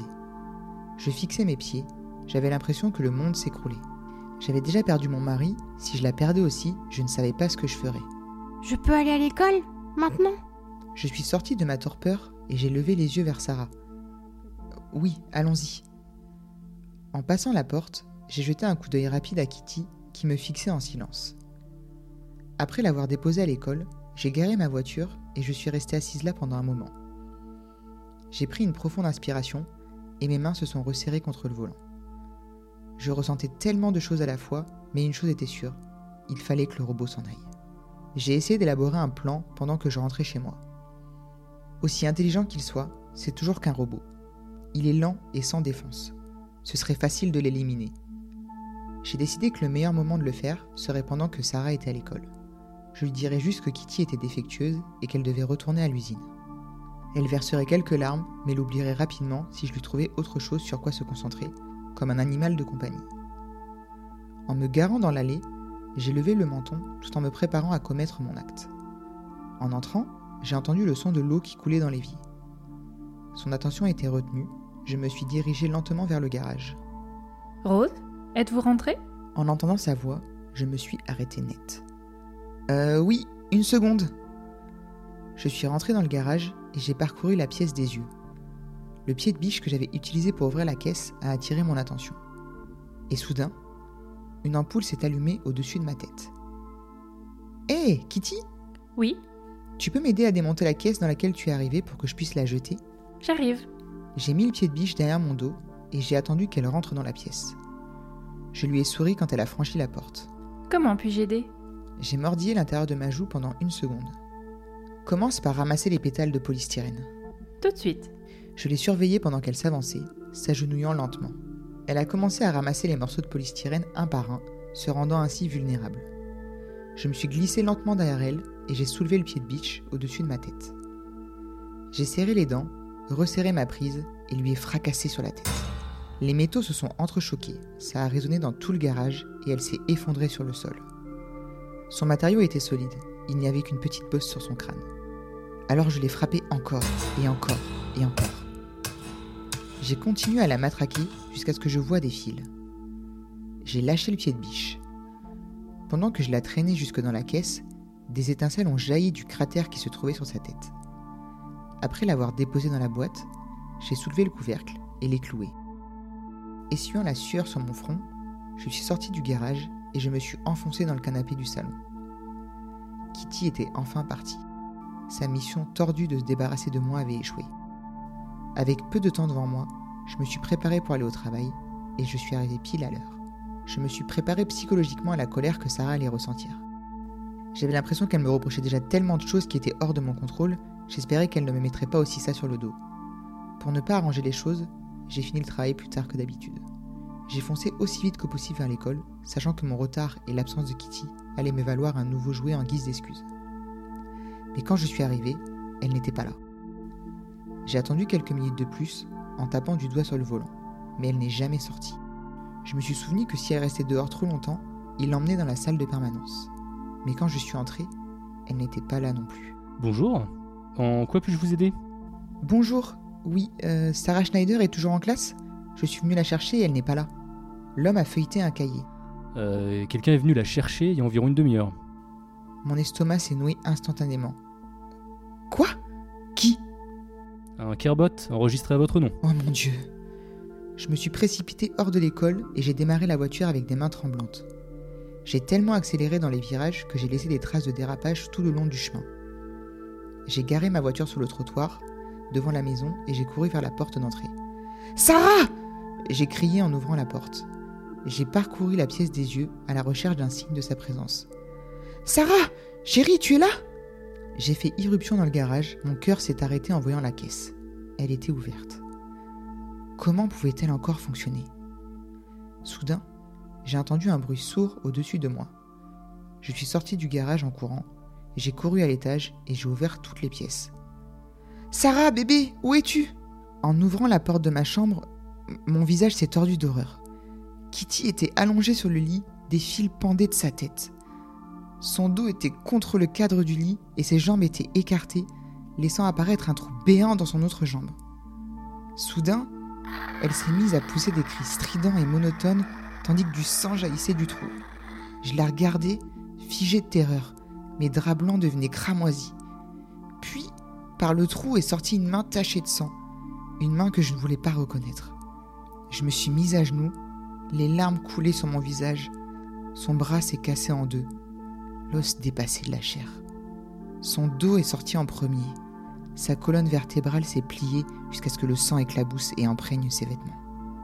Je fixais mes pieds, j'avais l'impression que le monde s'écroulait. J'avais déjà perdu mon mari, si je la perdais aussi, je ne savais pas ce que je ferais. Je peux aller à l'école, maintenant ? Je suis sorti de ma torpeur et j'ai levé les yeux vers Sarah. Oui, allons-y. En passant la porte, j'ai jeté un coup d'œil rapide à Kitty qui me fixait en silence. Après l'avoir déposée à l'école, j'ai garé ma voiture et je suis restée assise là pendant un moment. J'ai pris une profonde inspiration et mes mains se sont resserrées contre le volant. Je ressentais tellement de choses à la fois, mais une chose était sûre, il fallait que le robot s'en aille. J'ai essayé d'élaborer un plan pendant que je rentrais chez moi. Aussi intelligent qu'il soit, c'est toujours qu'un robot. Il est lent et sans défense. Ce serait facile de l'éliminer. J'ai décidé que le meilleur moment de le faire serait pendant que Sarah était à l'école. Je lui dirais juste que Kitty était défectueuse et qu'elle devait retourner à l'usine. Elle verserait quelques larmes, mais l'oublierait rapidement si je lui trouvais autre chose sur quoi se concentrer, comme un animal de compagnie. En me garant dans l'allée, j'ai levé le menton tout en me préparant à commettre mon acte. En entrant, j'ai entendu le son de l'eau qui coulait dans l'évier. Son attention a été retenue, je me suis dirigé lentement vers le garage. Rose, êtes-vous rentrée ? En entendant sa voix, je me suis arrêté net. Euh, oui, une seconde. Je suis rentré dans le garage et j'ai parcouru la pièce des yeux. Le pied de biche que j'avais utilisé pour ouvrir la caisse a attiré mon attention. Et soudain, une ampoule s'est allumée au-dessus de ma tête. Hé, hey, Kitty ? Oui ? Tu peux m'aider à démonter la caisse dans laquelle tu es arrivée pour que je puisse la jeter ? J'arrive. J'ai mis le pied de biche derrière mon dos et j'ai attendu qu'elle rentre dans la pièce. Je lui ai souri quand elle a franchi la porte. Comment puis-je aider ? J'ai mordillé l'intérieur de ma joue pendant une seconde. Commence par ramasser les pétales de polystyrène. Tout de suite. Je l'ai surveillée pendant qu'elle s'avançait, s'agenouillant lentement. Elle a commencé à ramasser les morceaux de polystyrène un par un, se rendant ainsi vulnérable. Je me suis glissé lentement derrière elle et j'ai soulevé le pied de biche au-dessus de ma tête. J'ai serré les dents, resserré ma prise et lui ai fracassé sur la tête. Les métaux se sont entrechoqués, ça a résonné dans tout le garage et elle s'est effondrée sur le sol. Son matériau était solide, il n'y avait qu'une petite bosse sur son crâne. Alors je l'ai frappée encore et encore et encore. J'ai continué à la matraquer jusqu'à ce que je voie des fils. J'ai lâché le pied de biche. Pendant que je la traînais jusque dans la caisse, des étincelles ont jailli du cratère qui se trouvait sur sa tête. Après l'avoir déposée dans la boîte, j'ai soulevé le couvercle et l'ai cloué. Essuyant la sueur sur mon front, je suis sorti du garage et je me suis enfoncé dans le canapé du salon. Kitty était enfin partie. Sa mission tordue de se débarrasser de moi avait échoué. Avec peu de temps devant moi, je me suis préparé pour aller au travail et je suis arrivé pile à l'heure. Je me suis préparé psychologiquement à la colère que Sarah allait ressentir. J'avais l'impression qu'elle me reprochait déjà tellement de choses qui étaient hors de mon contrôle, j'espérais qu'elle ne me mettrait pas aussi ça sur le dos. Pour ne pas arranger les choses, j'ai fini le travail plus tard que d'habitude. J'ai foncé aussi vite que possible vers l'école, sachant que mon retard et l'absence de Kitty allaient me valoir un nouveau jouet en guise d'excuse. Mais quand je suis arrivé, elle n'était pas là. J'ai attendu quelques minutes de plus, en tapant du doigt sur le volant, mais elle n'est jamais sortie. Je me suis souvenu que si elle restait dehors trop longtemps, il l'emmenait dans la salle de permanence. Mais quand je suis entré, elle n'était pas là non plus. Bonjour, en quoi puis-je vous aider ? Bonjour, oui, euh, Sarah Schneider est toujours en classe ? Je suis venu la chercher et elle n'est pas là. L'homme a feuilleté un cahier. Euh, quelqu'un est venu la chercher il y a environ une demi-heure. Mon estomac s'est noué instantanément. Quoi ? Qui ? Un Kerbot enregistré à votre nom. Oh mon Dieu. Je me suis précipité hors de l'école et j'ai démarré la voiture avec des mains tremblantes. J'ai tellement accéléré dans les virages que j'ai laissé des traces de dérapage tout le long du chemin. J'ai garé ma voiture sur le trottoir, devant la maison, et j'ai couru vers la porte d'entrée. « Sarah !» J'ai crié en ouvrant la porte. J'ai parcouru la pièce des yeux à la recherche d'un signe de sa présence. « Sarah ! Chérie, tu es là ?» J'ai fait irruption dans le garage, mon cœur s'est arrêté en voyant la caisse. Elle était ouverte. Comment pouvait-elle encore fonctionner ? Soudain, j'ai entendu un bruit sourd au-dessus de moi. Je suis sorti du garage en courant, j'ai couru à l'étage et j'ai ouvert toutes les pièces. « Sarah, bébé, où es-tu ?» En ouvrant la porte de ma chambre, mon visage s'est tordu d'horreur. Kitty était allongée sur le lit, des fils pendaient de sa tête. Son dos était contre le cadre du lit et ses jambes étaient écartées, laissant apparaître un trou béant dans son autre jambe. Soudain, elle s'est mise à pousser des cris stridents et monotones, tandis que du sang jaillissait du trou. Je la regardais, figée de terreur. Mes draps blancs devenaient cramoisis. Puis, par le trou est sortie une main tachée de sang, une main que je ne voulais pas reconnaître. Je me suis mise à genoux, les larmes coulaient sur mon visage. Son bras s'est cassé en deux, l'os dépassait de la chair. Son dos est sorti en premier. Sa colonne vertébrale s'est pliée jusqu'à ce que le sang éclabousse et imprègne ses vêtements.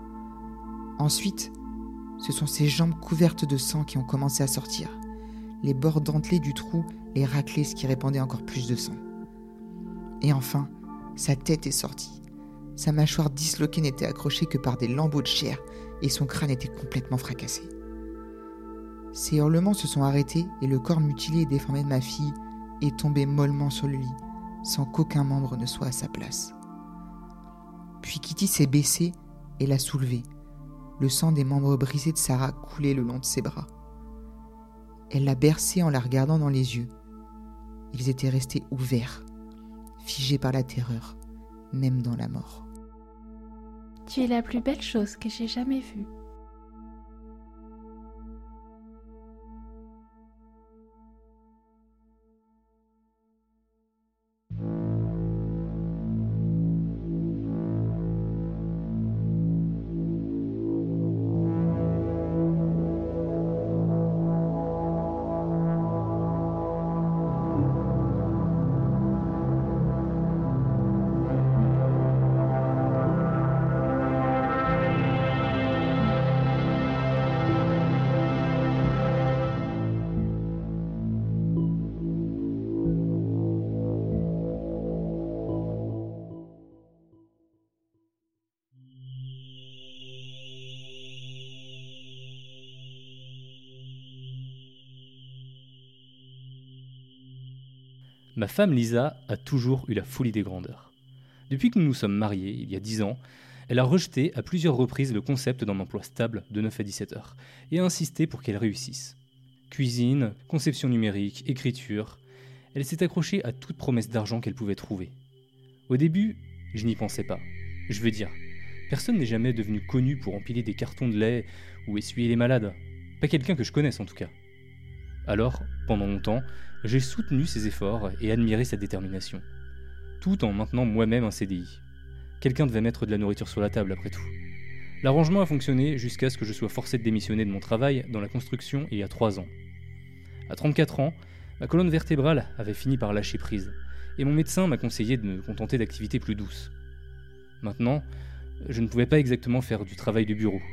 Ensuite, ce sont ses jambes couvertes de sang qui ont commencé à sortir. Les bords dentelés du trou les raclaient, ce qui répandait encore plus de sang. Et enfin, sa tête est sortie. Sa mâchoire disloquée n'était accrochée que par des lambeaux de chair et son crâne était complètement fracassé. Ses hurlements se sont arrêtés et le corps mutilé et déformé de ma fille est tombé mollement sur le lit, sans qu'aucun membre ne soit à sa place. Puis Kitty s'est baissée et l'a soulevée. Le sang des membres brisés de Sarah coulait le long de ses bras. Elle l'a bercée en la regardant dans les yeux. Ils étaient restés ouverts, figé par la terreur, même dans la mort. Tu es la plus belle chose que j'ai jamais vue. Ma femme Lisa a toujours eu la folie des grandeurs. Depuis que nous nous sommes mariés, il y a dix ans, elle a rejeté à plusieurs reprises le concept d'un emploi stable de neuf à dix-sept heures et a insisté pour qu'elle réussisse. Cuisine, conception numérique, écriture, elle s'est accrochée à toute promesse d'argent qu'elle pouvait trouver. Au début, je n'y pensais pas. Je veux dire, personne n'est jamais devenu connu pour empiler des cartons de lait ou essuyer les malades. Pas quelqu'un que je connaisse en tout cas. Alors, pendant longtemps, j'ai soutenu ses efforts et admiré sa détermination, tout en maintenant moi-même un C D I. Quelqu'un devait mettre de la nourriture sur la table après tout. L'arrangement a fonctionné jusqu'à ce que je sois forcé de démissionner de mon travail dans la construction il y a trois ans. À trente-quatre ans, ma colonne vertébrale avait fini par lâcher prise, et mon médecin m'a conseillé de me contenter d'activités plus douces. Maintenant, je ne pouvais pas exactement faire du travail de bureau.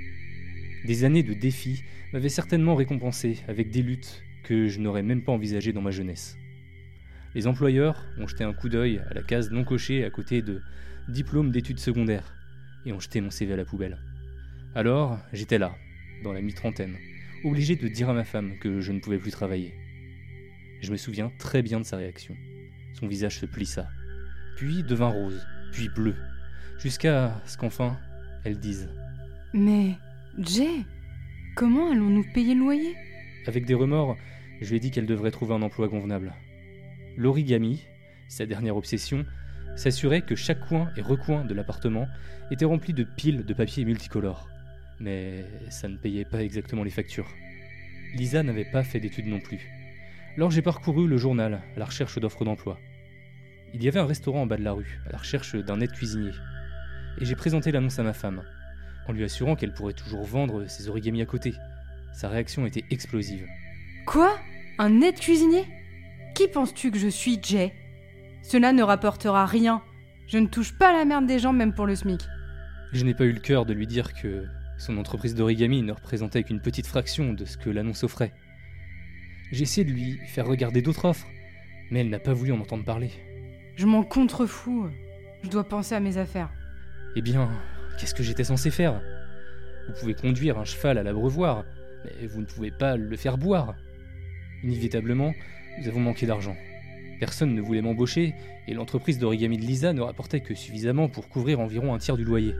Des années de défis m'avaient certainement récompensé avec des luttes que je n'aurais même pas envisagées dans ma jeunesse. Les employeurs ont jeté un coup d'œil à la case non cochée à côté de « diplôme d'études secondaires » et ont jeté mon C V à la poubelle. Alors, j'étais là, dans la mi-trentaine, obligé de dire à ma femme que je ne pouvais plus travailler. Je me souviens très bien de sa réaction. Son visage se plissa, puis devint rose, puis bleu, jusqu'à ce qu'enfin, elle dise « Mais, Jay, comment allons-nous payer le loyer ?» Avec des remords, je lui ai dit qu'elle devrait trouver un emploi convenable. L'origami, sa dernière obsession, s'assurait que chaque coin et recoin de l'appartement était rempli de piles de papier multicolores. Mais ça ne payait pas exactement les factures. Lisa n'avait pas fait d'études non plus. Alors j'ai parcouru le journal à la recherche d'offres d'emploi. Il y avait un restaurant en bas de la rue, à la recherche d'un aide-cuisinier. Et j'ai présenté l'annonce à ma femme, en lui assurant qu'elle pourrait toujours vendre ses origamis à côté. Sa réaction était explosive. Quoi ? Un aide-cuisinier ? Qui penses-tu que je suis, Jay ? Cela ne rapportera rien. Je ne touche pas à la merde des gens, même pour le SMIC. Je n'ai pas eu le cœur de lui dire que son entreprise d'origami ne représentait qu'une petite fraction de ce que l'annonce offrait. J'ai essayé de lui faire regarder d'autres offres, mais elle n'a pas voulu en entendre parler. Je m'en contrefous. Je dois penser à mes affaires. Eh bien, qu'est-ce que j'étais censé faire ? Vous pouvez conduire un cheval à l'abreuvoir, mais vous ne pouvez pas le faire boire. Inévitablement, nous avons manqué d'argent. Personne ne voulait m'embaucher, et l'entreprise d'origami de Lisa ne rapportait que suffisamment pour couvrir environ un tiers du loyer.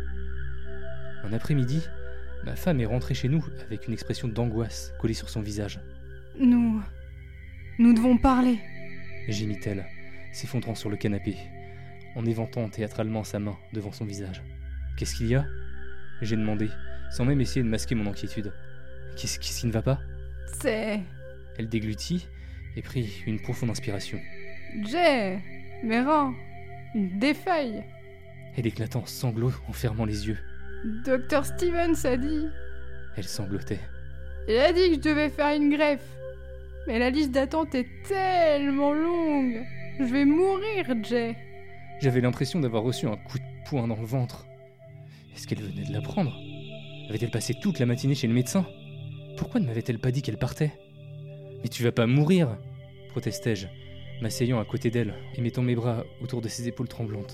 Un après-midi, ma femme est rentrée chez nous avec une expression d'angoisse collée sur son visage. Nous... nous devons parler, gémit-elle, s'effondrant sur le canapé, en éventant théâtralement sa main devant son visage. Qu'est-ce qu'il y a ? J'ai demandé, sans même essayer de masquer mon inquiétude. Qu'est-ce, qu'est-ce qui ne va pas ? C'est... Elle déglutit et prit une profonde inspiration. Jay, mes reins, ils défaillent. Elle éclata en sanglots en fermant les yeux. Docteur Stevens a dit... Elle sanglotait. Il a dit que je devais faire une greffe. Mais la liste d'attente est tellement longue. Je vais mourir, Jay. J'avais l'impression d'avoir reçu un coup de poing dans le ventre. Est-ce qu'elle venait de l'apprendre ? Avait-elle passé toute la matinée chez le médecin ? Pourquoi ne m'avait-elle pas dit qu'elle partait ? Mais tu vas pas mourir, protestai-je, m'asseyant à côté d'elle et mettant mes bras autour de ses épaules tremblantes.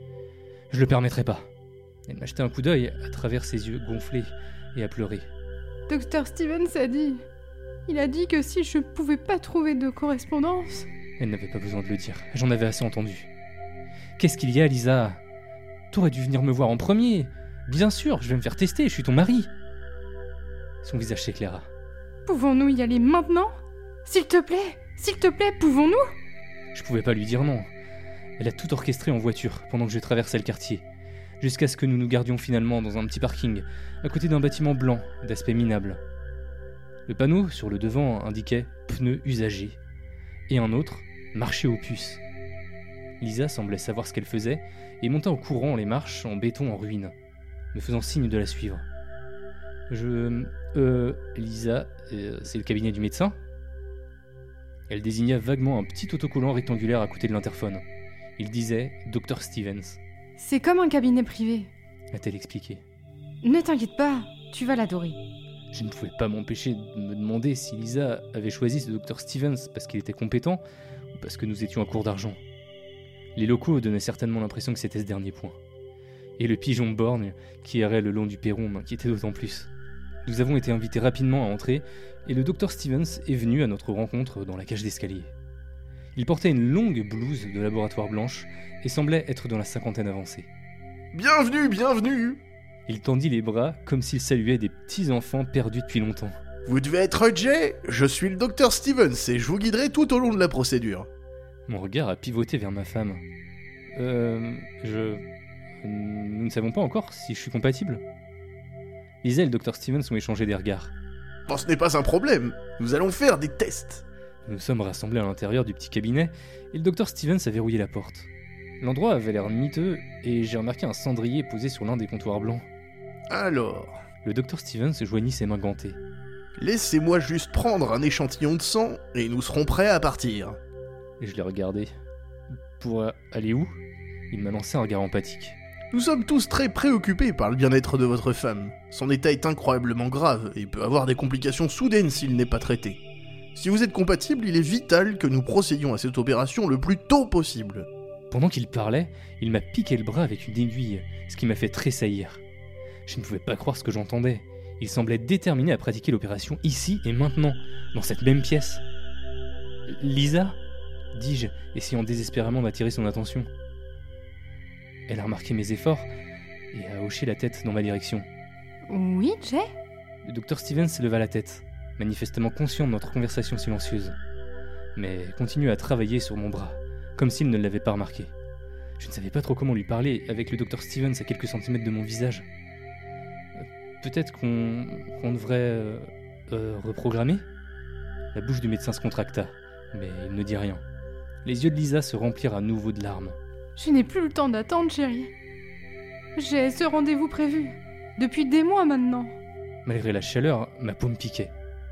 Je le permettrai pas. Elle m'a jeté un coup d'œil à travers ses yeux gonflés et a pleuré. Docteur Stevens a dit... Il a dit que si je pouvais pas trouver de correspondance... Elle n'avait pas besoin de le dire, j'en avais assez entendu. Qu'est-ce qu'il y a, Lisa ? T'aurais dû venir me voir en premier. Bien sûr, je vais me faire tester, je suis ton mari. Son visage s'éclaira. Pouvons-nous y aller maintenant ? S'il te plaît, s'il te plaît, pouvons-nous ? Je pouvais pas lui dire non. Elle a tout orchestré en voiture pendant que je traversais le quartier, jusqu'à ce que nous nous gardions finalement dans un petit parking, à côté d'un bâtiment blanc d'aspect minable. Le panneau sur le devant indiquait « pneus usagés » et un autre « marché aux puces ». Lisa semblait savoir ce qu'elle faisait et monta au courant les marches en béton en ruine, me faisant signe de la suivre. Je... Euh... Lisa, euh, c'est le cabinet du médecin ? Elle désigna vaguement un petit autocollant rectangulaire à côté de l'interphone. Il disait « Docteur Stevens ». C'est comme un cabinet privé. A-t-elle expliqué. Ne t'inquiète pas, tu vas l'adorer. Je ne pouvais pas m'empêcher de me demander si Lisa avait choisi ce docteur Stevens parce qu'il était compétent ou parce que nous étions à court d'argent. Les locaux donnaient certainement l'impression que c'était ce dernier point. Et le pigeon borgne qui errait le long du perron m'inquiétait d'autant plus. Nous avons été invités rapidement à entrer et le docteur Stevens est venu à notre rencontre dans la cage d'escalier. Il portait une longue blouse de laboratoire blanche et semblait être dans la cinquantaine avancée. Bienvenue, bienvenue. Il tendit les bras comme s'il saluait des petits enfants perdus depuis longtemps. Vous devez être Jay, je suis le docteur Stevens et je vous guiderai tout au long de la procédure. Mon regard a pivoté vers ma femme. Euh... Je... Nous ne savons pas encore si je suis compatible. Lisa et le docteur Stevens ont échangé des regards. Bon, ce n'est pas un problème, nous allons faire des tests. Nous sommes rassemblés à l'intérieur du petit cabinet et le docteur Stevens a verrouillé la porte. L'endroit avait l'air miteux et j'ai remarqué un cendrier posé sur l'un des comptoirs blancs. Alors... Le docteur Stevens joignit ses mains gantées. Laissez-moi juste prendre un échantillon de sang et nous serons prêts à partir. Et je l'ai regardé. Pour aller où ? Il m'a lancé un regard empathique. Nous sommes tous très préoccupés par le bien-être de votre femme. Son état est incroyablement grave et peut avoir des complications soudaines s'il n'est pas traité. Si vous êtes compatible, il est vital que nous procédions à cette opération le plus tôt possible. Pendant qu'il parlait, il m'a piqué le bras avec une aiguille, ce qui m'a fait tressaillir. Je ne pouvais pas croire ce que j'entendais. Il semblait déterminé à pratiquer l'opération ici et maintenant, dans cette même pièce. « Lisa ?» dis-je, essayant désespérément d'attirer son attention. Elle a remarqué mes efforts et a hoché la tête dans ma direction. « Oui, Jay ?» Le docteur Stevens leva la tête, manifestement conscient de notre conversation silencieuse, mais continue à travailler sur mon bras, comme s'il ne l'avait pas remarqué. Je ne savais pas trop comment lui parler avec le docteur Stevens à quelques centimètres de mon visage. Peut-être qu'on, qu'on devrait euh, euh, reprogrammer ? La bouche du médecin se contracta, mais il ne dit rien. Les yeux de Lisa se remplirent à nouveau de larmes. Je n'ai plus le temps d'attendre, chérie. J'ai ce rendez-vous prévu, depuis des mois maintenant. Malgré la chaleur, ma paume piquait.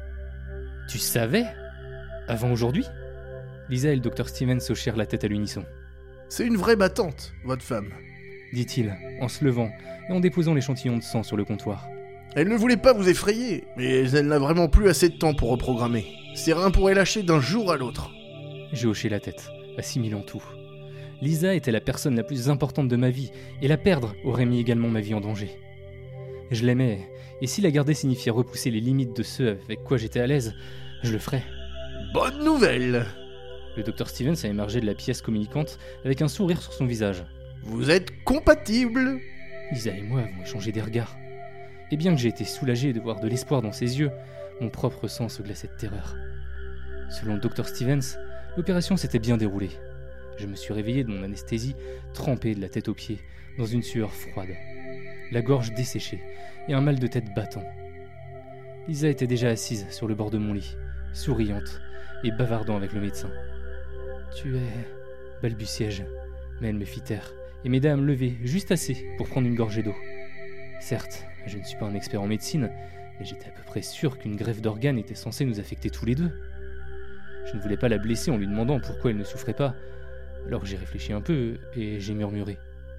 Tu savais ? Avant aujourd'hui ? Lisa et le docteur Stevens hochèrent la tête à l'unisson. C'est une vraie battante, votre femme, dit-il, en se levant et en déposant l'échantillon de sang sur le comptoir. Elle ne voulait pas vous effrayer, mais elle n'a vraiment plus assez de temps pour reprogrammer. Ses reins pourraient lâcher d'un jour à l'autre. J'ai hoché la tête, assimilant tout. Lisa était la personne la plus importante de ma vie, et la perdre aurait mis également ma vie en danger. Je l'aimais, et si la garder signifiait repousser les limites de ceux avec quoi j'étais à l'aise, je le ferais. Bonne nouvelle ! Le docteur Stevens a émergé de la pièce communicante avec un sourire sur son visage. Vous êtes compatibles ! Lisa et moi avons échangé des regards. Et bien que j'ai été soulagé de voir de l'espoir dans ses yeux, mon propre sang se glaçait de terreur. Selon le docteur Stevens, l'opération s'était bien déroulée. Je me suis réveillé de mon anesthésie, trempé de la tête aux pieds, dans une sueur froide, la gorge desséchée et un mal de tête battant. Lisa était déjà assise sur le bord de mon lit, souriante et bavardant avec le médecin. « Tu es... » balbutiai-je, mais elle me fit taire et m'aida à me lever juste assez pour prendre une gorgée d'eau. Certes, je ne suis pas un expert en médecine, mais j'étais à peu près sûr qu'une greffe d'organes était censée nous affecter tous les deux. Je ne voulais pas la blesser en lui demandant pourquoi elle ne souffrait pas, alors j'ai réfléchi un peu et j'ai murmuré.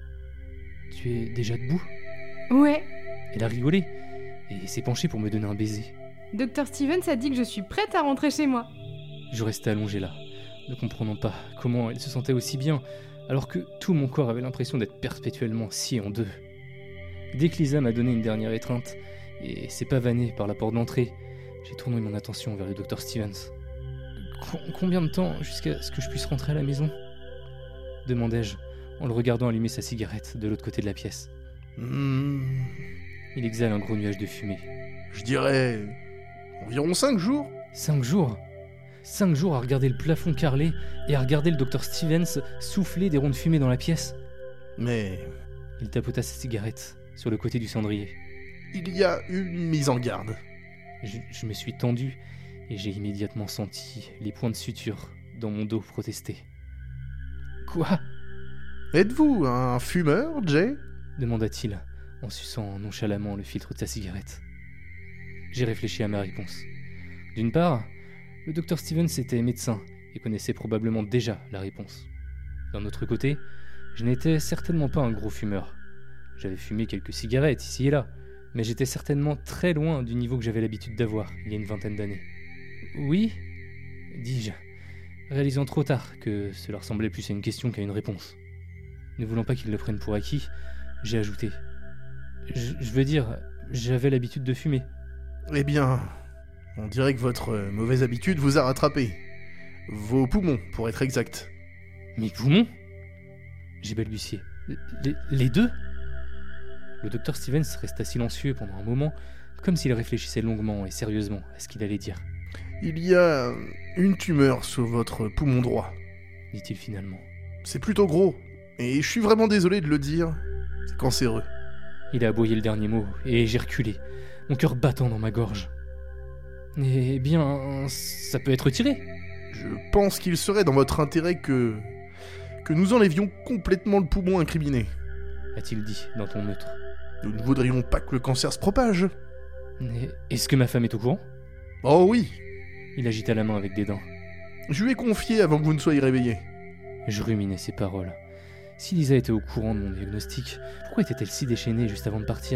« Tu es déjà debout ?» Ouais. Elle a rigolé et s'est penchée pour me donner un baiser. Docteur Stevens a dit que je suis prête à rentrer chez moi. Je restais allongé là, ne comprenant pas comment elle se sentait aussi bien, alors que tout mon corps avait l'impression d'être perpétuellement scié en deux. Dès que Lisa m'a donné une dernière étreinte et s'est pavanée par la porte d'entrée, j'ai tourné mon attention vers le docteur Stevens. Co- combien de temps jusqu'à ce que je puisse rentrer à la maison ? Demandai-je, en le regardant allumer sa cigarette de l'autre côté de la pièce. Mmh. Il exhale un gros nuage de fumée. Je dirais... environ cinq jours. Cinq jours ? Cinq jours à regarder le plafond carrelé et à regarder le docteur Stevens souffler des ronds de fumée dans la pièce. Mais Il tapota sa cigarette sur le côté du cendrier. il y a une mise en garde. Je, je me suis tendu et j'ai immédiatement senti les points de suture dans mon dos protester. « Quoi ?» Êtes-vous un fumeur, Jay ? demanda-t-il en suçant nonchalamment le filtre de sa cigarette. J'ai réfléchi à ma réponse. D'une part, le docteur Stevens était médecin et connaissait probablement déjà la réponse. D'un autre côté, je n'étais certainement pas un gros fumeur. J'avais fumé quelques cigarettes ici et là, mais j'étais certainement très loin du niveau que j'avais l'habitude d'avoir il y a une vingtaine d'années. « Oui ?» dis-je, réalisant trop tard que cela ressemblait plus à une question qu'à une réponse. Ne voulant pas qu'il le prenne pour acquis, j'ai ajouté. Je, je veux dire, j'avais l'habitude de fumer. Eh bien, on dirait que votre euh, mauvaise habitude vous a rattrapé. Vos poumons, pour être exact. Mes poumons ? J'ai balbutié. Les, les deux ? Le docteur Stevens resta silencieux pendant un moment, comme s'il réfléchissait longuement et sérieusement à ce qu'il allait dire. Il y a une tumeur sur votre poumon droit, dit-il finalement. C'est plutôt gros, et je suis vraiment désolé de le dire, c'est cancéreux. Il a aboyé le dernier mot, et j'ai reculé, mon cœur battant dans ma gorge. Eh bien, ça peut être retiré. Je pense qu'il serait dans votre intérêt que... que nous enlevions complètement le poumon incriminé. A-t-il dit d'un ton neutre. Nous ne voudrions pas que le cancer se propage. Et est-ce que ma femme est au courant ? Oh oui. Il agita la main avec dédain. Je lui ai confié avant que vous ne soyez réveillés. Je ruminais ses paroles. Si Lisa était au courant de mon diagnostic, pourquoi était-elle si déchaînée juste avant de partir ?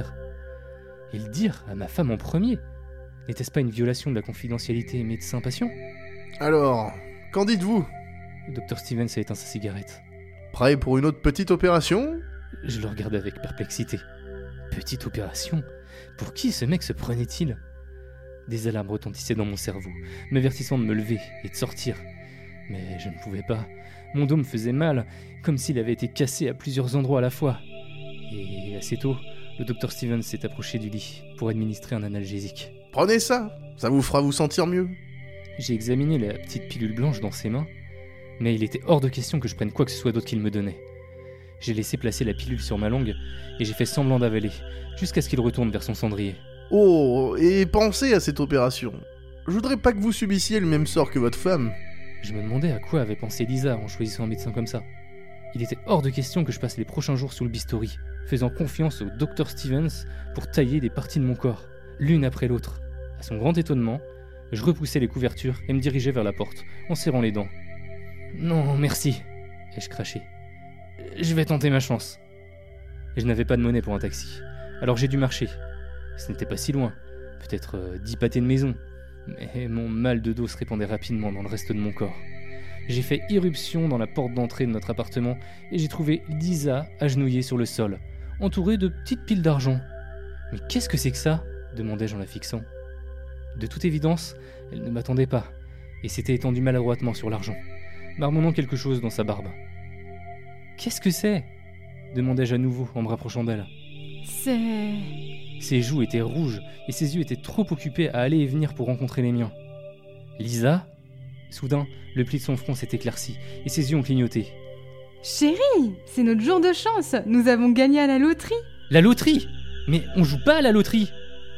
Et le dire à ma femme en premier ? N'était-ce pas une violation de la confidentialité médecin-patient ? Alors, qu'en dites-vous ? Le docteur Stevens a éteint sa cigarette. Prêt pour une autre petite opération ? Je le regardais avec perplexité. Petite opération ? Pour qui ce mec se prenait-il ? Des alarmes retentissaient dans mon cerveau, m'avertissant de me lever et de sortir. Mais je ne pouvais pas. Mon dos me faisait mal, comme s'il avait été cassé à plusieurs endroits à la fois. Et assez tôt, le docteur Stevens s'est approché du lit pour administrer un analgésique. Prenez ça, ça vous fera vous sentir mieux. J'ai examiné la petite pilule blanche dans ses mains, mais il était hors de question que je prenne quoi que ce soit d'autre qu'il me donnait. J'ai laissé placer la pilule sur ma langue et j'ai fait semblant d'avaler, jusqu'à ce qu'il retourne vers son cendrier. Oh, et pensez à cette opération. Je voudrais pas que vous subissiez le même sort que votre femme. Je me demandais à quoi avait pensé Lisa en choisissant un médecin comme ça. Il était hors de question que je passe les prochains jours sous le bistouri, faisant confiance au docteur Stevens pour tailler des parties de mon corps, l'une après l'autre. À son grand étonnement, je repoussai les couvertures et me dirigeai vers la porte, en serrant les dents. « Non, merci !» ai-je craché. « Je vais tenter ma chance. » Et je n'avais pas de monnaie pour un taxi, alors j'ai dû marcher. Ce n'était pas si loin, peut-être euh, dix pâtés de maison, mais mon mal de dos se répandait rapidement dans le reste de mon corps. J'ai fait irruption dans la porte d'entrée de notre appartement et j'ai trouvé Lisa agenouillée sur le sol, entourée de petites piles d'argent. « Mais qu'est-ce que c'est que ça ?» demandai-je en la fixant. De toute évidence, elle ne m'attendait pas, et s'était étendue maladroitement sur l'argent, marmonnant quelque chose dans sa barbe. « Qu'est-ce que c'est ?» demandai-je à nouveau en me rapprochant d'elle. « C'est... » Ses joues étaient rouges, et ses yeux étaient trop occupés à aller et venir pour rencontrer les miens. « Lisa ?» Soudain, le pli de son front s'est éclairci, et ses yeux ont clignoté. « Chérie, c'est notre jour de chance, nous avons gagné à la loterie !»« La loterie ? Mais on joue pas à la loterie !»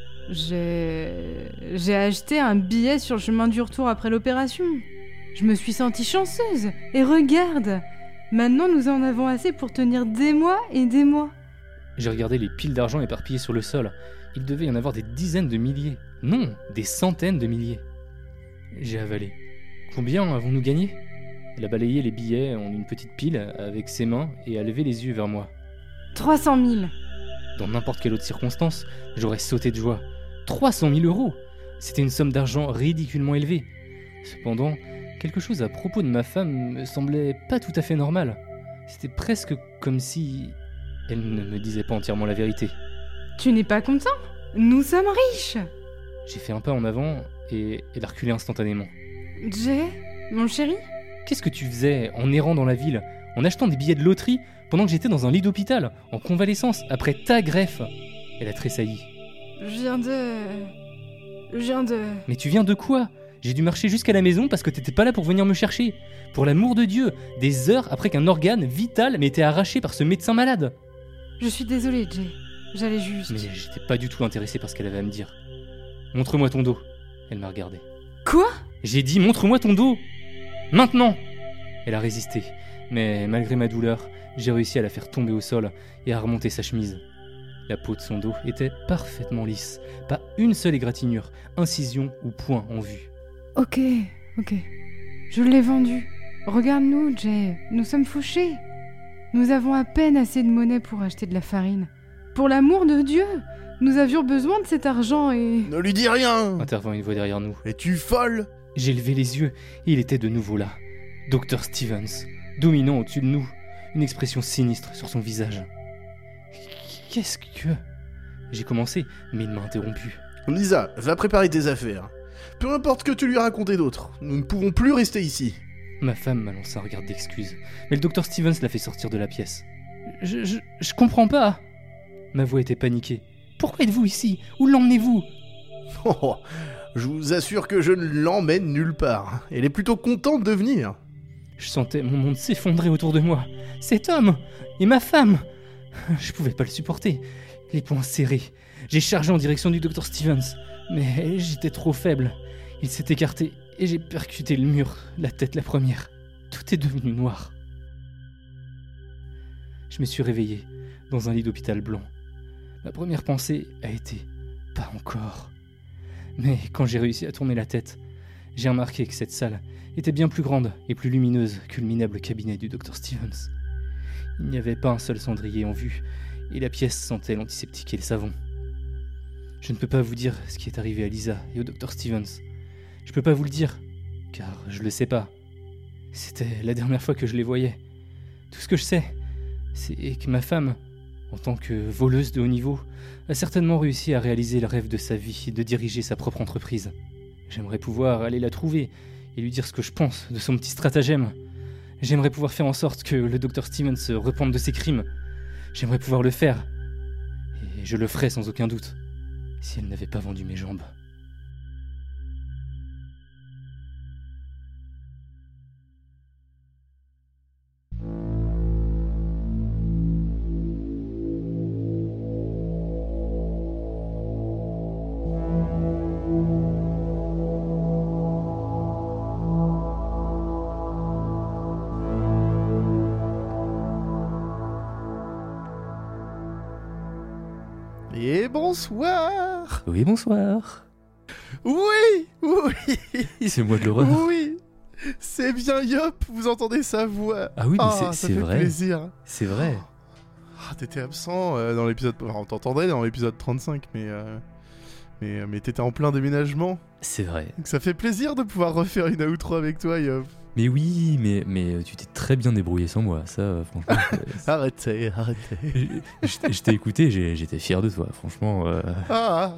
J'ai... J'ai acheté un billet sur le chemin du retour après l'opération. Je me suis sentie chanceuse. Et regarde, maintenant nous en avons assez pour tenir des mois et des mois. J'ai regardé les piles d'argent éparpillées sur le sol. Il devait y en avoir des dizaines de milliers. Non, des centaines de milliers. J'ai avalé. Combien avons-nous gagné ? Elle a balayé les billets en une petite pile avec ses mains et a levé les yeux vers moi. trois cent mille. Dans n'importe quelle autre circonstance, j'aurais sauté de joie. trois cent mille euros ! C'était une somme d'argent ridiculement élevée. Cependant, quelque chose à propos de ma femme me semblait pas tout à fait normal. C'était presque comme si elle ne me disait pas entièrement la vérité. Tu n'es pas content ? Nous sommes riches ! J'ai fait un pas en avant et elle a reculé instantanément. Jay, mon chéri ? Qu'est-ce que tu faisais en errant dans la ville, en achetant des billets de loterie pendant que j'étais dans un lit d'hôpital, en convalescence, après ta greffe ? Elle a tressailli. Je viens de... Je viens de... Mais tu viens de quoi ? J'ai dû marcher jusqu'à la maison parce que t'étais pas là pour venir me chercher. Pour l'amour de Dieu, des heures après qu'un organe vital m'était arraché par ce médecin malade. Je suis désolée, Jay. J'allais juste... Mais j'étais pas du tout intéressé par ce qu'elle avait à me dire. Montre-moi ton dos. Elle m'a regardé. Quoi ? J'ai dit montre-moi ton dos. Maintenant. Elle a résisté, mais malgré ma douleur, j'ai réussi à la faire tomber au sol et à remonter sa chemise. La peau de son dos était parfaitement lisse, pas une seule égratignure, incision ou point en vue. Ok, ok. Je l'ai vendu. Regarde-nous, Jay. Nous sommes fauchés. Nous avons à peine assez de monnaie pour acheter de la farine. Pour l'amour de Dieu, nous avions besoin de cet argent et... Ne lui dis rien ! Intervint une voix derrière nous. Es-tu folle ? J'ai levé les yeux et il était de nouveau là. docteur Stevens, dominant au-dessus de nous, une expression sinistre sur son visage. Qu'est-ce que... J'ai commencé, mais il m'a interrompu. Lisa, va préparer tes affaires. Peu importe que tu lui racontes d'autres, nous ne pouvons plus rester ici. Ma femme m'a lancé un regard d'excuse, mais le docteur Stevens l'a fait sortir de la pièce. Je, je, je comprends pas. Ma voix était paniquée. Pourquoi êtes-vous ici ? Où l'emmenez-vous ? Oh, je vous assure que je ne l'emmène nulle part. Elle est plutôt contente de venir. Je sentais mon monde s'effondrer autour de moi. Cet homme et ma femme. Je pouvais pas le supporter. Les poings serrés. J'ai chargé en direction du docteur Stevens, mais j'étais trop faible. Il s'est écarté et j'ai percuté le mur, la tête la première. Tout est devenu noir. Je me suis réveillé dans un lit d'hôpital blanc. Ma première pensée a été « pas encore ». Mais quand j'ai réussi à tourner la tête, j'ai remarqué que cette salle était bien plus grande et plus lumineuse que le minable cabinet du docteur Stevens. Il n'y avait pas un seul cendrier en vue, et la pièce sentait l'antiseptique et le savon. Je ne peux pas vous dire ce qui est arrivé à Lisa et au docteur Stevens. Je peux pas vous le dire, car je le sais pas. C'était la dernière fois que je les voyais. Tout ce que je sais, c'est que ma femme, en tant que voleuse de haut niveau, a certainement réussi à réaliser le rêve de sa vie et de diriger sa propre entreprise. J'aimerais pouvoir aller la trouver et lui dire ce que je pense de son petit stratagème. J'aimerais pouvoir faire en sorte que le docteur Stevens se repente de ses crimes. J'aimerais pouvoir le faire. Et je le ferais sans aucun doute, si elle n'avait pas vendu mes jambes. Et bonsoir. Oui, bonsoir. Oui, oui. C'est moi de l'horreur. Oui, c'est bien Yop, vous entendez sa voix. Ah oui, mais ah, c'est, ça c'est fait vrai. plaisir. C'est vrai. Ah, t'étais absent euh, dans l'épisode... Enfin, on t'entendrait dans l'épisode trente-cinq, mais... Euh... Mais, mais t'étais en plein déménagement. C'est vrai. Donc ça fait plaisir de pouvoir refaire une outro avec toi, Yop. Mais oui, mais, mais tu t'es très bien débrouillé sans moi, ça, franchement. Arrêtez, arrêtez. Je, je, je t'ai écouté, j'ai, j'étais fier de toi, franchement. Euh, ah.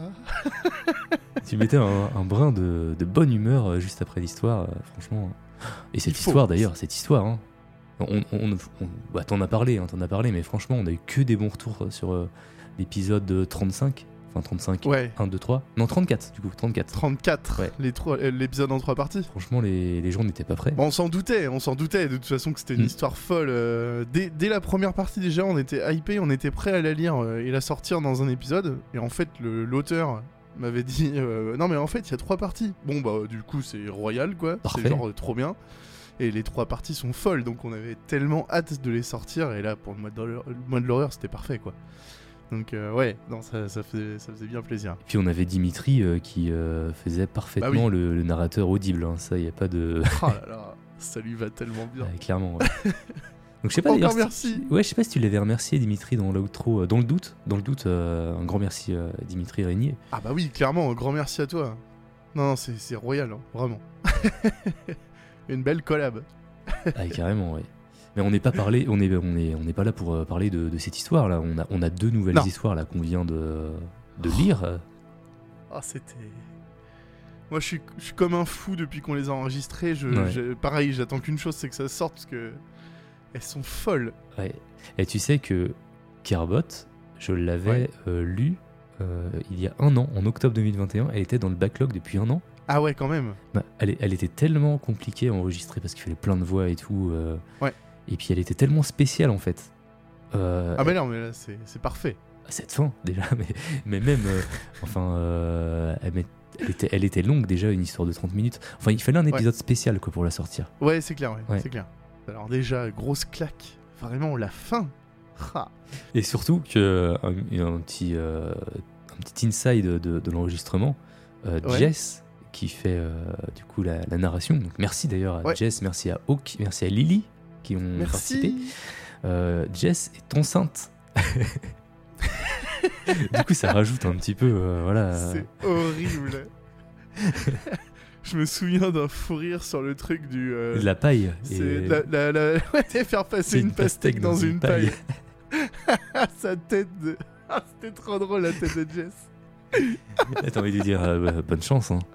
Tu mettais un, un brin de, de bonne humeur euh, juste après l'histoire, euh, franchement. Et cette faut. histoire, d'ailleurs, cette histoire, hein, on, on, on, on, bah, t'en as parlé, hein, t'en as parlé, mais franchement, on a eu que des bons retours sur euh, l'épisode trente-cinq. Enfin, trente-cinq, ouais. un, deux, trois. Non, trente-quatre, du coup, trente-quatre. trente-quatre, ouais. Les trois, l'épisode en trois parties. Franchement, les, les gens n'étaient pas prêts. Bon, on s'en doutait, on s'en doutait de toute façon que c'était une mm. histoire folle. Euh, dès, dès la première partie, déjà, on était hypé, on était prêt à la lire euh, et la sortir dans un épisode. Et en fait, le, l'auteur m'avait dit euh, non, mais en fait, il y a trois parties. Bon, bah, du coup, c'est royal, quoi. Parfait. C'est genre euh, trop bien. Et les trois parties sont folles, donc on avait tellement hâte de les sortir. Et là, pour le mois de l'horreur, le mois de l'horreur c'était parfait, quoi. Donc euh, ouais, non, ça, ça, faisait, ça faisait bien plaisir. Et puis on avait Dimitri euh, qui euh, faisait parfaitement bah oui. le, le narrateur audible, hein. Ça, il n'y a pas de... Oh là là, ça lui va tellement bien. Ouais, clairement, ouais. Donc je sais pas Encore d'ailleurs, merci. Si... Ouais, je sais pas si tu l'avais remercié Dimitri dans l'outro, dans le doute, dans le doute, euh, un grand merci à Dimitri Régnier. Ah bah oui, clairement, un grand merci à toi. Non, non c'est, c'est royal, hein, vraiment. Une belle collab. Ah, carrément, ouais. Mais on n'est pas parlé, on est, on est, on n'est pas là pour euh, parler de, de cette histoire là. On a, on a deux nouvelles non. histoires là qu'on vient de, de lire. Ah, oh, c'était. Moi, je suis, je suis comme un fou depuis qu'on les a enregistrées. Je, ouais. je, pareil, j'attends qu'une chose, c'est que ça sorte parce que elles sont folles. Ouais. Et tu sais que Carbot, je l'avais ouais. euh, lu euh, il y a un an, en octobre deux mille vingt et un. Elle était dans le backlog depuis un an. Ah ouais, quand même. Bah, elle, est- elle était tellement compliquée à enregistrer parce qu'il fallait plein de voix et tout. euh, Ouais. Et puis elle était tellement spéciale en fait. Euh, Ah bah non, mais là, c'est, c'est parfait. Cette fin déjà, mais, mais même, euh, enfin, euh, elle, met- elle était, elle était longue déjà, une histoire de trente minutes. Enfin, il fallait un épisode spécial quoi pour la sortir. Ouais, c'est clair, ouais, Ouais. c'est clair. Alors déjà, grosse claque. Vraiment, la fin. Ah. Et surtout que un, un petit, euh, un petit inside de, de, de l'enregistrement, euh, Ouais. Jess qui fait euh, du coup la, la narration. Donc merci d'ailleurs à Ouais. Jess, merci à Hawk, merci à Lily qui ont participé. Merci. Euh, Jess est enceinte. Du coup, ça rajoute un petit peu, euh, voilà. C'est horrible. Je me souviens d'un fou rire sur le truc du. euh, De la paille. C'est et- la, la, la- ouais, faire passer C'est une, une pastèque pastèque dans, dans une une paille. paille. Sa tête de. Ah, c'était trop drôle la tête de Jess. Là, t'as envie de dire euh, bah, bonne chance. Hein.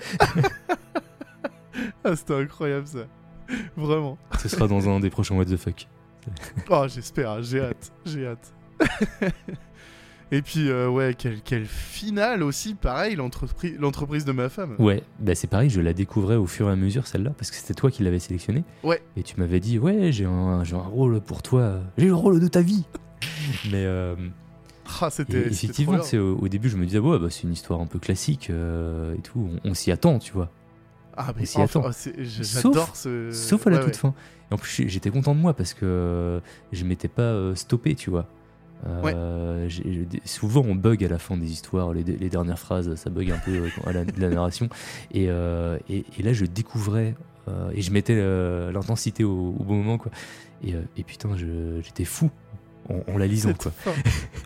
Ah, c'était incroyable ça. Vraiment. Ce sera dans un des prochains What the fuck. Oh, j'espère, hein, j'ai hâte. J'ai hâte. Et puis, euh, ouais, quelle, quelle finale aussi, pareil, l'entreprise, l'entreprise de ma femme. Ouais, bah c'est pareil, je la découvrais au fur et à mesure celle-là parce que c'était toi qui l'avais sélectionnée. Ouais. Et tu m'avais dit ouais j'ai un, j'ai un rôle pour toi, j'ai le rôle de ta vie. Mais euh, Ah, et c'était. c'était effectivement, trop tu sais, au, au début je me disais ouais bah, c'est une histoire un peu classique euh, et tout, on, on s'y attend tu vois. Ah, on mais s'y enfin, attend. oh, c'est- j- Sauf- j'adore ce. Sauf à la Ouais, toute ouais. fin. Et en plus j'étais content de moi parce que euh, je m'étais pas euh, stoppé tu vois. Euh, j'ai- j'ai- souvent on bug à la fin des histoires, les, les dernières phrases ça bug un peu euh, à la, la narration et, euh, et, et là je découvrais euh, et je mettais euh, l'intensité au, au bon moment quoi. Et, euh, et putain je- j'étais fou en, en la lisant Cette quoi. fin.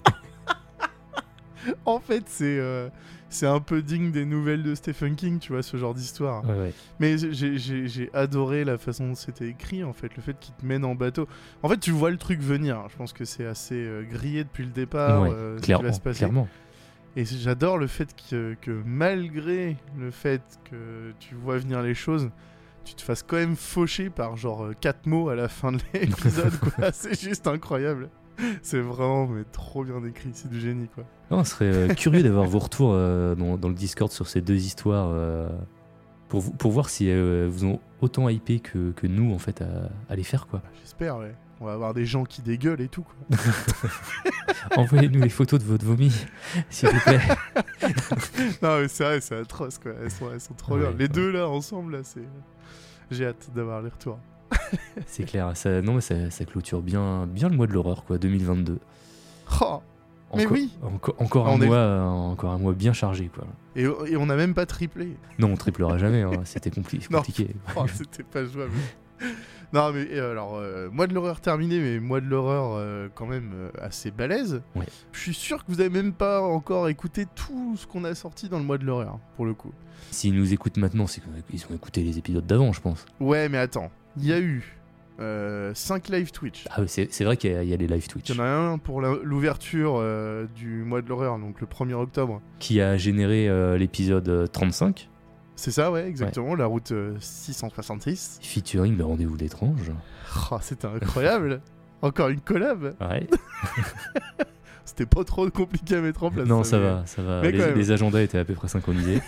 En fait, c'est euh, c'est un peu digne des nouvelles de Stephen King, tu vois, ce genre d'histoire. Ouais, ouais. Mais j'ai- j'ai j'ai adoré la façon dont c'était écrit, en fait, le fait qu'il te mène en bateau. En fait, tu vois le truc venir. Je pense que c'est assez euh, grillé depuis le départ. Ouais, euh, ce qui clairement, va se passer. clairement. Et j'adore le fait que, que malgré le fait que tu vois venir les choses, tu te fasses quand même faucher par genre euh, quatre mots à la fin de l'épisode, quoi. C'est juste incroyable. C'est vraiment mais trop bien écrit, c'est du génie, quoi. Non, on serait euh, curieux d'avoir vos retours euh, dans, dans le Discord sur ces deux histoires euh, pour, vous- pour voir si euh, vous ont autant hypé que, que nous en fait à, à les faire quoi. J'espère, ouais. On va avoir des gens qui dégueulent et tout, quoi. Envoyez-nous les photos de votre vomi s'il vous plaît. Non, mais c'est vrai, c'est atroce, quoi. Elles sont, elles sont trop Ouais, bien. Les ouais. deux, là, ensemble, là, c'est... J'ai hâte d'avoir les retours. C'est clair, ça, non mais ça, ça clôture bien, bien le mois de l'horreur quoi, deux mille vingt-deux. Oh, mais Encore- oui. Encore, encore, On un est- mois, euh, encore un mois bien chargé quoi. Et, et on n'a même pas triplé. Non, on triplera jamais, hein, c'était compli- Non. compliqué. Oh, c'était pas jouable. Non, mais euh, alors, euh, mois de l'horreur terminé, mais mois de l'horreur euh, quand même euh, assez balèze. Ouais. Je suis sûr que vous avez même pas encore écouté tout ce qu'on a sorti dans le mois de l'horreur, pour le coup. S'ils nous écoutent maintenant, c'est qu'ils ont écouté les épisodes d'avant, je pense. Ouais, mais attends, il y a eu cinq live Twitch. Ah oui, c'est c'est vrai qu'il y, a- il y a les live Twitch Il y en a un pour la- l'ouverture euh, du mois de l'horreur, donc le premier octobre. qui a généré euh, l'épisode euh, trente-cinq. C'est ça, ouais, exactement, la route euh, six cent soixante-six. Featuring le rendez-vous d'étrange. Oh, c'était incroyable. Encore une collab. Ouais. C'était pas trop compliqué à mettre en place. non, ça mais- va, ça va. mais quand Les, même. les agendas étaient à peu près synchronisés.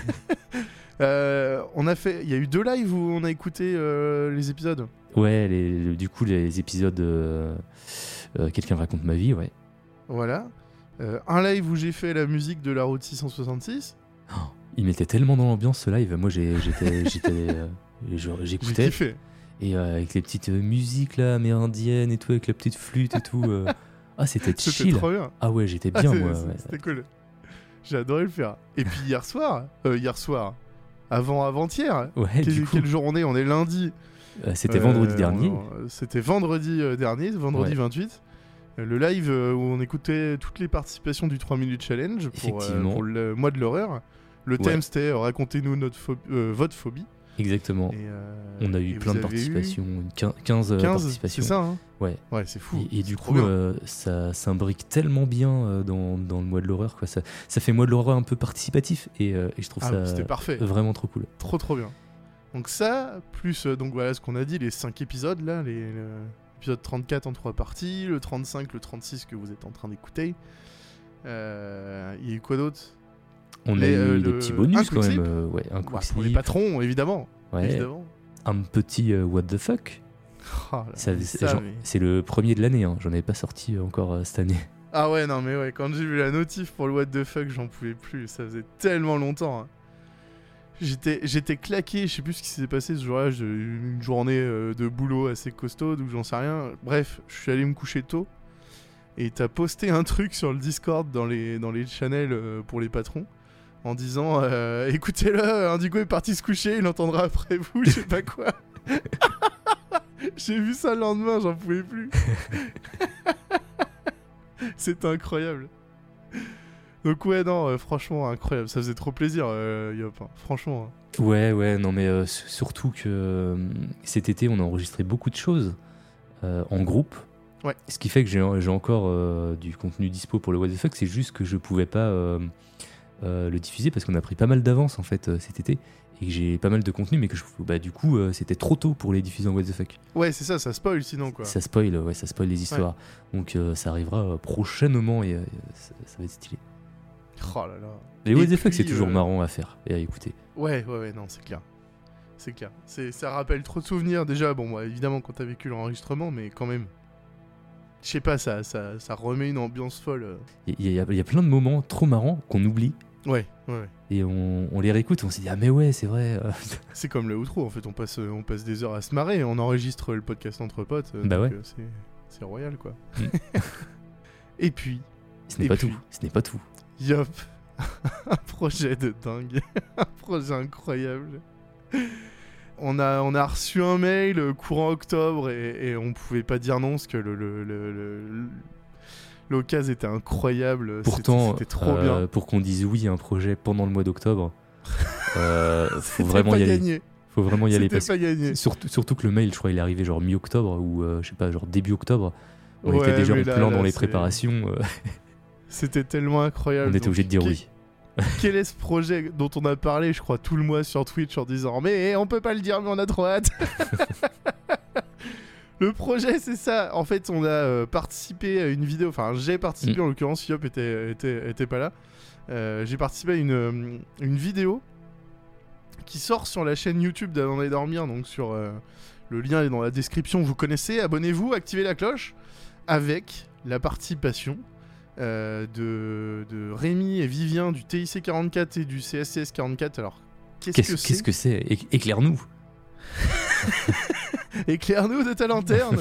Euh, on a fait, il y a eu deux lives où on a écouté euh, les épisodes. ouais, les- du coup, les épisodes euh, euh, Quelqu'un raconte ma vie, ouais. Voilà. Euh, un live où j'ai fait la musique de la route six cent soixante-six. Il m'était tellement dans l'ambiance ce live. Moi, j'ai- j'étais, j'étais, euh, je- J'ai j'écoutais. kiffé. Et euh, avec les petites euh, musiques là, amérindiennes et tout, avec la petite flûte et tout. euh, Ah, c'était C'était chill. trop bien. Ah ouais, j'étais Ah, bien c'est- moi. c'est- ouais. C'était cool. J'ai adoré le faire. Et puis hier soir, euh, hier soir, avant avant-hier. Ouais, quel, du coup, quelle journée on est lundi. euh, c'était Euh, vendredi dernier. on- C'était vendredi euh, dernier, vendredi Ouais. vingt-huit. Euh, Le live euh, où on écoutait toutes les participations du trois minutes challenge pour, euh, Effectivement. pour le mois de l'horreur. Le Ouais. thème c'était euh, racontez-nous notre pho- euh, votre phobie. Exactement. Et, euh, On a et eu vous plein de avez eu participations, une quin- quinze, euh, quinze, participations. c'est ça, hein Ouais. Ouais, c'est fou. Et, et c'est du trop coup, bien. euh, ça s'imbrique tellement bien euh, dans, dans le mois de l'horreur. Quoi. Ça, ça fait mois de l'horreur un peu participatif et, euh, et je trouve Ah, ça c'était parfait. vraiment trop cool. Trop trop bien. Donc ça, plus euh, donc voilà ce qu'on a dit, les cinq épisodes là, les, le- l'épisode trente-quatre en trois parties, le trente-cinq, le trente-six que vous êtes en train d'écouter. Euh, Il y a eu quoi d'autre On Les, a euh, eu des le- petits un bonus quick quand même. slip. euh, ouais, un Ouais, quick pour les slip, patrons, évidemment. ouais, évidemment. un petit euh, what the fuck. Oh là, Ça- mais c'est, ça, genre- mais- c'est le premier de l'année, hein. J'en avais pas sorti encore euh, cette année. Ah ouais, non mais ouais, quand j'ai vu la notif pour le what the fuck, j'en pouvais plus. Ça faisait tellement longtemps. hein. J'étais, j'étais claqué, je sais plus ce qui s'est passé ce jour-là. J'ai eu une journée euh, de boulot assez costaude ou j'en sais rien. Bref, je suis allé me coucher tôt. Et t'as posté un truc sur le Discord dans les, dans les channels euh, pour les patrons en disant euh, écoutez-le, Indigo est parti se coucher, il entendra après vous, je sais pas quoi. J'ai vu ça le lendemain, j'en pouvais plus. C'était incroyable. Donc ouais, non, euh, franchement, incroyable. Ça faisait trop plaisir, euh, Yop, hein. Franchement. hein. Ouais, ouais, non, mais euh, s- surtout que euh, cet été, on a enregistré beaucoup de choses euh, en groupe. Ouais. Ce qui fait que j'ai, j'ai encore euh, du contenu dispo pour le What the Fuck, c'est juste que je pouvais pas euh, euh, le diffuser parce qu'on a pris pas mal d'avance en fait euh, cet été et que j'ai pas mal de contenu, mais que je, bah, du coup, euh, c'était trop tôt pour les diffuser en What the Fuck. Ouais, c'est ça, ça spoil sinon, quoi. Ça spoil, ouais, ça spoil les histoires. Donc euh, ça arrivera euh, prochainement et euh, ça, ça va être stylé. Oh là là. Les Et What the Fuck, puis, c'est toujours euh, marrant à faire et à écouter. Ouais, ouais, ouais, non, c'est clair. C'est clair. C'est, ça rappelle trop de souvenirs. Déjà, bon, bah, évidemment, quand t'as vécu l'enregistrement, mais quand même. Je sais pas, ça, ça, ça remet une ambiance folle. euh. Il y, y a- il y a plein de moments trop marrants qu'on oublie Ouais, ouais, ouais. et on, on les réécoute et on s'est dit ah mais ouais c'est vrai. euh. C'est comme le outro, en fait, on passe, on passe des heures à se marrer. On enregistre le podcast entre potes. euh, Bah donc, ouais. euh, c'est, c'est royal, quoi. Mm. Et puis, Ce n'est Et pas puis- tout. Ce n'est pas tout. Yop, un projet de dingue, un projet incroyable. On a, on a reçu un mail euh, courant octobre et, et on pouvait pas dire non parce que le, le, le, le- l'occasion était incroyable. Pourtant, c'était, c'était trop euh, bien. pour qu'on dise oui à un projet pendant le mois d'octobre, euh, faut C'était vraiment pas y aller. gagné. Faut vraiment y aller C'était parce pas que gagné. surtout, surtout que le mail, je crois, il est arrivé genre mi-octobre ou euh, je sais pas, genre début octobre. On Ouais, était déjà mais en là, plein là, dans les c'est- préparations. euh, C'était tellement incroyable. on était Donc, obligé de dire quel- oui. Quel est ce projet dont on a parlé, je crois, tout le mois sur Twitch en disant mais on peut pas le dire, mais on a trop hâte. Le projet, c'est ça. En fait, on a euh, participé à une vidéo. Enfin, j'ai participé, Mm. en l'occurrence, Yop était, était, était pas là. Euh, j'ai participé à une, euh, une vidéo qui sort sur la chaîne YouTube d'Avant d'aller dormir. Donc, sur euh, le lien est dans la description. Vous connaissez. Abonnez-vous, activez la cloche. Avec la participation euh, de, de Rémi et Vivien du T I C quarante-quatre et du C S C S quarante-quatre. Alors, qu'est-ce, Qu'est-ce que c'est qu'est-ce que c'est Éc- Éclaire-nous. Éclaire-nous de ta lanterne.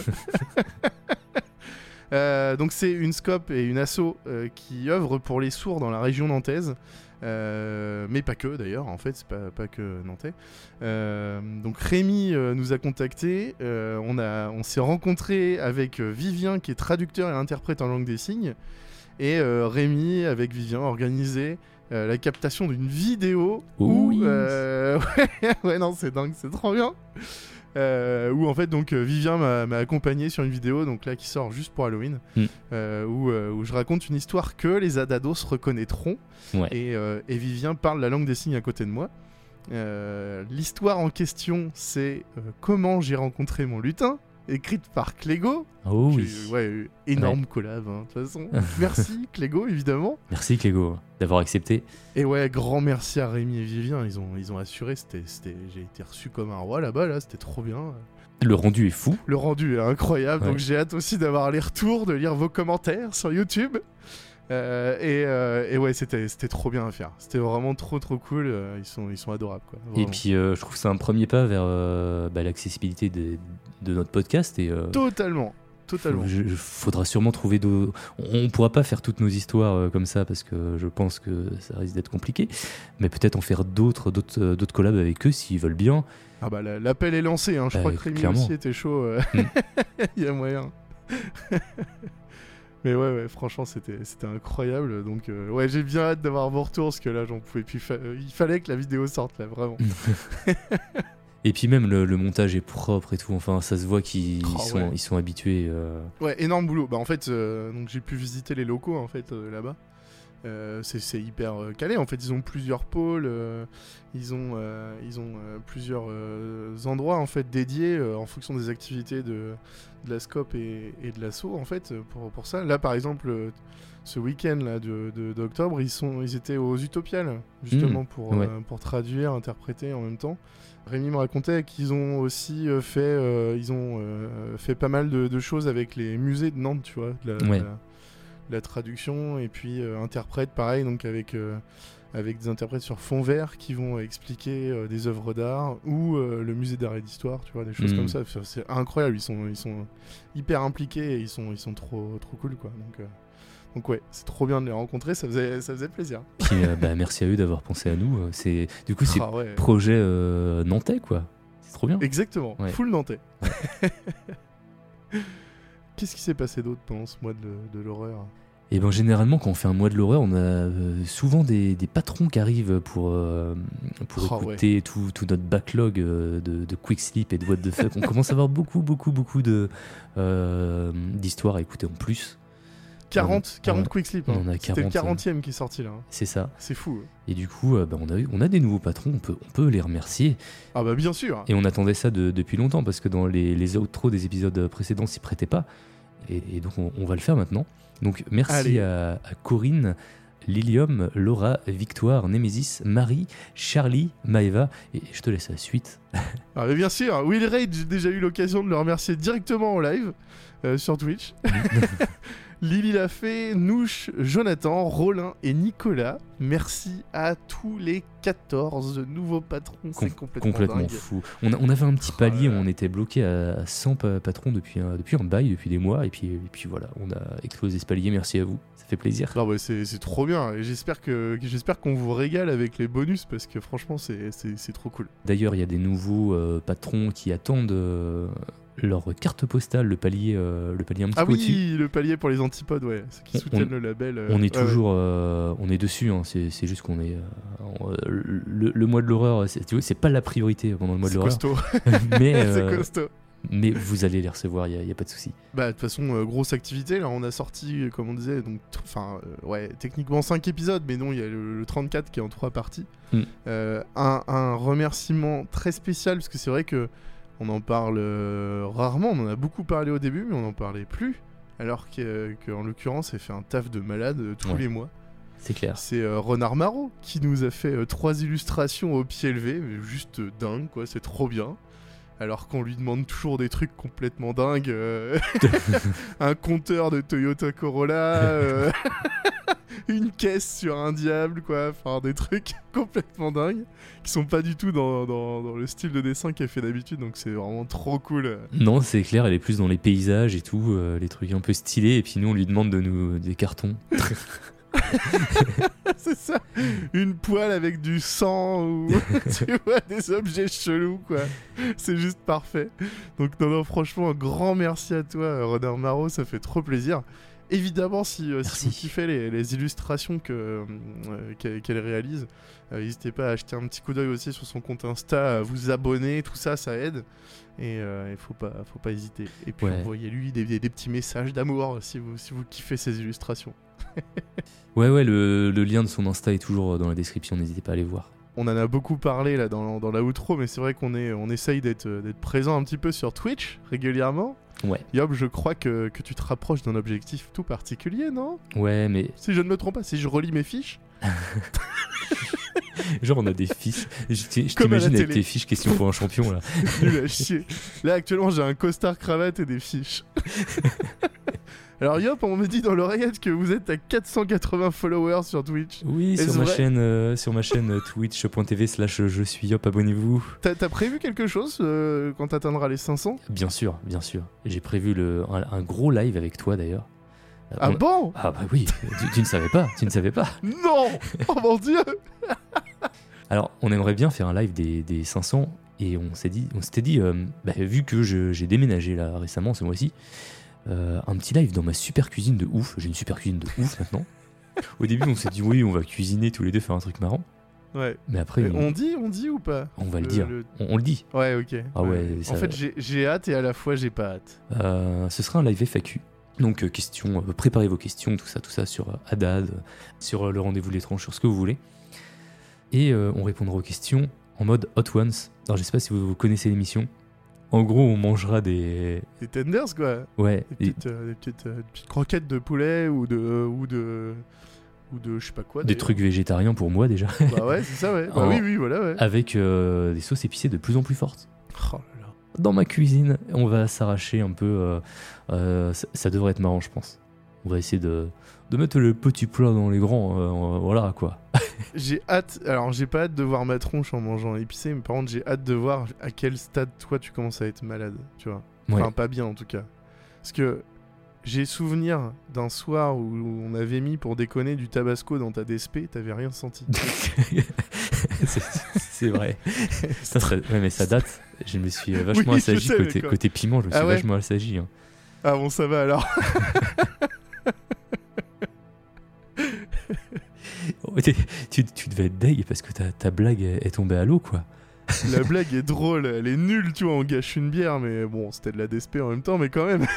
Euh, donc c'est une scope et une asso euh, qui œuvre pour les sourds dans la région nantaise, euh, mais pas que d'ailleurs, en fait c'est pas, pas que nantais. Euh, donc Rémi euh, nous a contactés, euh, on, a, on s'est rencontré avec euh, Vivien qui est traducteur et interprète en langue des signes, et euh, Rémi avec Vivien a organisé euh, la captation d'une vidéo où... Oui. euh, ouais, ouais non c'est dingue, c'est trop bien. Euh, où en fait donc euh, Vivien m'a, m'a accompagné sur une vidéo donc là qui sort juste pour Halloween Mm. euh, où, euh, où je raconte une histoire que les Adados reconnaîtront Ouais. et, euh, et Vivien parle la langue des signes à côté de moi. Euh, l'histoire en question c'est euh, comment j'ai rencontré mon lutin, écrite par Clégo. Oh oui. J'ai- ouais, euh, énorme collab hein, de toute façon. Merci Clégo évidemment. Merci Clégo d'avoir accepté. Et ouais, grand merci à Rémi et Vivien, ils ont, ils ont assuré, c'était, c'était, j'ai été reçu comme un roi là-bas, là, c'était trop bien. Le rendu est fou. Le rendu est incroyable, Ouais. donc j'ai hâte aussi d'avoir les retours, de lire vos commentaires sur YouTube. Euh, et, euh, et ouais, c'était, c'était trop bien à faire, c'était vraiment trop trop cool, euh, ils, sont, ils sont adorables quoi. Et Vraiment. puis euh, je trouve que c'est un premier pas vers euh, bah, l'accessibilité de, de notre podcast et euh, Totalement, totalement. Il faudra sûrement trouver d'autres. On ne pourra pas faire toutes nos histoires euh, comme ça parce que je pense que ça risque d'être compliqué. Mais peut-être en faire d'autres, d'autres, euh, d'autres collabs avec eux s'ils veulent bien. Ah bah la- l'appel est lancé, hein. Je Euh, crois que Rémi clairement. aussi était chaud, euh, Mm. il y a moyen. Mais ouais, ouais, franchement, c'était, c'était incroyable. Donc, euh, ouais, j'ai bien hâte d'avoir vos retours parce que là, j'en pouvais plus. Fa- Il fallait que la vidéo sorte là, vraiment. Et puis même le, le montage est propre et tout. Enfin, ça se voit qu'ils Oh, sont, ouais. ils sont habitués. euh, Ouais, énorme boulot. Bah, en fait, euh, donc j'ai pu visiter les locaux en fait euh, là-bas. Euh, c'est, c'est hyper euh, calé. En fait, ils ont plusieurs pôles, euh, ils ont, euh, ils ont euh, plusieurs euh, endroits en fait dédiés euh, en fonction des activités de, de la SCOP et, et de l'assaut en fait pour, pour ça. Là, par exemple, euh, ce week-end là de, de, d'octobre, ils sont, ils étaient aux Utopiales justement Mmh, pour ouais. euh, pour traduire, interpréter en même temps. Rémi me racontait qu'ils ont aussi euh, fait, euh, ils ont euh, fait pas mal de, de choses avec les musées de Nantes, tu vois. De la, Ouais. de la, la traduction et puis euh, interprète pareil donc avec euh, avec des interprètes sur fond vert qui vont expliquer euh, des œuvres d'art ou euh, le musée d'art et d'histoire, tu vois, des choses Mm. comme ça. C'est, c'est incroyable, ils sont ils sont hyper impliqués et ils sont ils sont trop trop cool quoi. Donc euh, donc ouais, c'est trop bien de les rencontrer, ça faisait ça faisait plaisir. Puis euh, bah, merci à eux d'avoir pensé à nous. euh, C'est du coup c'est Ah ouais. projet euh, nantais quoi. C'est trop bien. Exactement, Ouais. full nantais. Qu'est-ce qui s'est passé d'autre pendant ce mois de, de l'horreur? Et ben généralement quand on fait un mois de l'horreur, on a euh, souvent des, des patrons qui arrivent pour euh, pour Oh, écouter tout, tout notre backlog euh, de, de Quick Sleep et de What the fuck. On commence à avoir beaucoup beaucoup beaucoup de euh, d'histoires à écouter en plus. quarante, On- quarante on- quick sleep. on Hein. en a C'était le quarante, quarantième qui est sorti là. hein. C'est ça. C'est fou. Et du coup, euh, bah, on, a eu, on a des nouveaux patrons, on peut, on peut les remercier. Ah bah bien sûr. Et on attendait ça de- depuis longtemps parce que dans les, les outros des épisodes précédents, s'y prêtait pas. Et, et donc on, on va le faire maintenant. Donc merci Allez. à, à Corinne, Lilium, Laura, Victoire, Némésis, Marie, Charlie, Maëva. Et je te laisse la suite. Ah mais bien sûr, Will Rage, j'ai déjà eu l'occasion de le remercier directement en live euh, sur Twitch. Lily l'a fait, Nouche, Jonathan, Rollin et Nicolas. Merci à tous les quatorze nouveaux patrons, c'est Com- complètement, complètement dingue. fou. On, a- on avait un petit Oh palier là où là. on était bloqué à, à cent pa- patrons depuis un, depuis un bail, depuis des mois. Et puis, et puis voilà, on a explosé ce palier. Merci à vous. Ça fait plaisir. Non, bah, c'est, c'est trop bien et j'espère, que, que- j'espère qu'on vous régale avec les bonus parce que franchement c'est, c'est, c'est trop cool. D'ailleurs, il y a des nouveaux euh, patrons qui attendent euh, leur carte postale, le palier, euh, le palier un petit Ah peu au-dessus. oui, le palier pour les antipodes, ouais, ceux qui On- soutiennent on- le label. euh, On est ouais, toujours, euh, on est dessus. Hein. C'est, c'est juste qu'on est euh, en- euh, le, le mois de l'horreur. C'est, tu vois, c'est pas la priorité pendant le mois c'est de l'horreur. costaud. mais, c'est euh, costaud. mais vous allez les recevoir. Il y, a- y a pas de souci. Bah de toute façon euh, grosse activité là, on a sorti euh, comme on disait donc enfin euh, ouais techniquement cinq épisodes mais non il y a le, le trente-quatre qui est en trois parties. Mm. Euh, un, un remerciement très spécial parce que c'est vrai que on en parle euh, rarement, on en a beaucoup parlé au début mais on n'en parlait plus alors que, que, en l'occurrence elle fait un taf de malade euh, tous Ouais. les mois. C'est clair. C'est euh, Renard Marot qui nous a fait euh, trois illustrations au pied levé, mais juste euh, dingue quoi, c'est trop bien. Alors qu'on lui demande toujours des trucs complètement dingues, euh, un compteur de Toyota Corolla, euh, une caisse sur un diable quoi, enfin des trucs complètement dingues qui sont pas du tout dans, dans, dans le style de dessin qu'elle fait d'habitude, donc c'est vraiment trop cool. Non, c'est clair. Elle est plus dans les paysages et tout, euh, les trucs un peu stylés. Et puis nous, on lui demande de nous des cartons. C'est ça, une poêle avec du sang ou tu vois des objets chelous quoi. C'est juste parfait. Donc non non franchement un grand merci à toi Renard Marot, ça fait trop plaisir. Évidemment si, euh, si Merci. vous kiffez les, les illustrations que, euh, qu'elle, qu'elle réalise, euh, n'hésitez pas à acheter un petit coup d'œil aussi sur son compte Insta, à vous abonner, tout ça ça aide. Et il euh, faut pas faut pas hésiter. Et puis Ouais. envoyez-lui des, des, des petits messages d'amour si vous, si vous kiffez ces illustrations. Ouais, ouais. Le, le lien de son Insta est toujours dans la description. N'hésitez pas à aller voir. On en a beaucoup parlé là dans, dans la outro, mais c'est vrai qu'on est, on essaye d'être, d'être présent un petit peu sur Twitch régulièrement. Ouais. Yob, je crois que, que tu te rapproches d'un objectif tout particulier, non? Ouais, mais Si je ne me trompe pas, si je relis mes fiches. genre on a des fiches. Je, je Comme à la t'imagine avec télé. tes fiches question pour un champion là. Nul à chier. Là actuellement j'ai un costard cravate et des fiches. Alors Yop, on me dit dans l'oreillette que vous êtes à quatre cent quatre-vingts followers sur Twitch. Oui, Est-ce sur ma vrai chaîne, euh, sur ma chaîne euh, twitch.tv slash je suis Yop, abonnez-vous. T'as, t'as prévu quelque chose euh, quand t'atteindras les cinq cents? Bien sûr, bien sûr. J'ai prévu le, un, un gros live avec toi d'ailleurs. Euh, Ah on- bon? Ah bah oui, tu, tu ne savais pas, tu ne savais pas. Non. Oh mon dieu. Alors, on aimerait bien faire un live des, des cinq cents et on s'est dit, on s'était dit, euh, bah, vu que je- j'ai déménagé là récemment ce mois-ci, euh, un petit live dans ma super cuisine de ouf. J'ai une super cuisine de ouf maintenant. Au début, on s'est dit oui, on va cuisiner tous les deux, faire un truc marrant. Ouais. Mais après, Euh, on, on dit, on dit ou pas? on va le le- dire. le- On, on le dit. Ouais, ok. Ah ouais, En ça- fait, j'ai, j'ai hâte et à la fois j'ai pas hâte. Euh, ce sera un live F A Q. Donc euh, questions, euh, préparez vos questions, tout ça, tout ça sur euh, Haddad, euh, sur euh, le rendez-vous de l'étrange, sur ce que vous voulez. Et euh, on répondra aux questions en mode Hot Ones. Alors je sais pas si vous, vous connaissez l'émission. En gros, on mangera des... Des tenders, quoi. Ouais. Des petites, euh, des petites, euh, des petites croquettes de poulet ou de... Euh, ou de... ou de je sais pas quoi. Des d'ailleurs. trucs végétariens pour moi, déjà. Bah ouais, c'est ça, ouais. Bah En- oui, oui, voilà, ouais. Avec euh, des sauces épicées de plus en plus fortes. Oh là là. Dans ma cuisine, on va s'arracher un peu. Euh, euh, ça, ça devrait être marrant, je pense. On va essayer de, de mettre le petit plat dans les grands. Euh, voilà, quoi. J'ai hâte, alors j'ai pas hâte de voir ma tronche en mangeant épicé, mais par contre j'ai hâte de voir à quel stade toi tu commences à être malade, tu vois. Enfin Ouais. pas bien en tout cas. Parce que j'ai souvenir d'un soir où on avait mis pour déconner du tabasco dans ta D S P, t'avais rien senti. c'est, c'est vrai. Ça, ça- ouais, mais ça date. Je me suis vachement Oui, je assagi sais, mais côté, quoi. côté piment. Je me suis Ah ouais vachement assagi. Hein. Ah bon ça va alors. Oh, t'es- tu, tu devais être deg parce que ta, ta blague est, est tombée à l'eau, quoi. La blague est drôle, elle est nulle, tu vois, on gâche une bière, mais bon c'était de la D S P en même temps, mais quand même.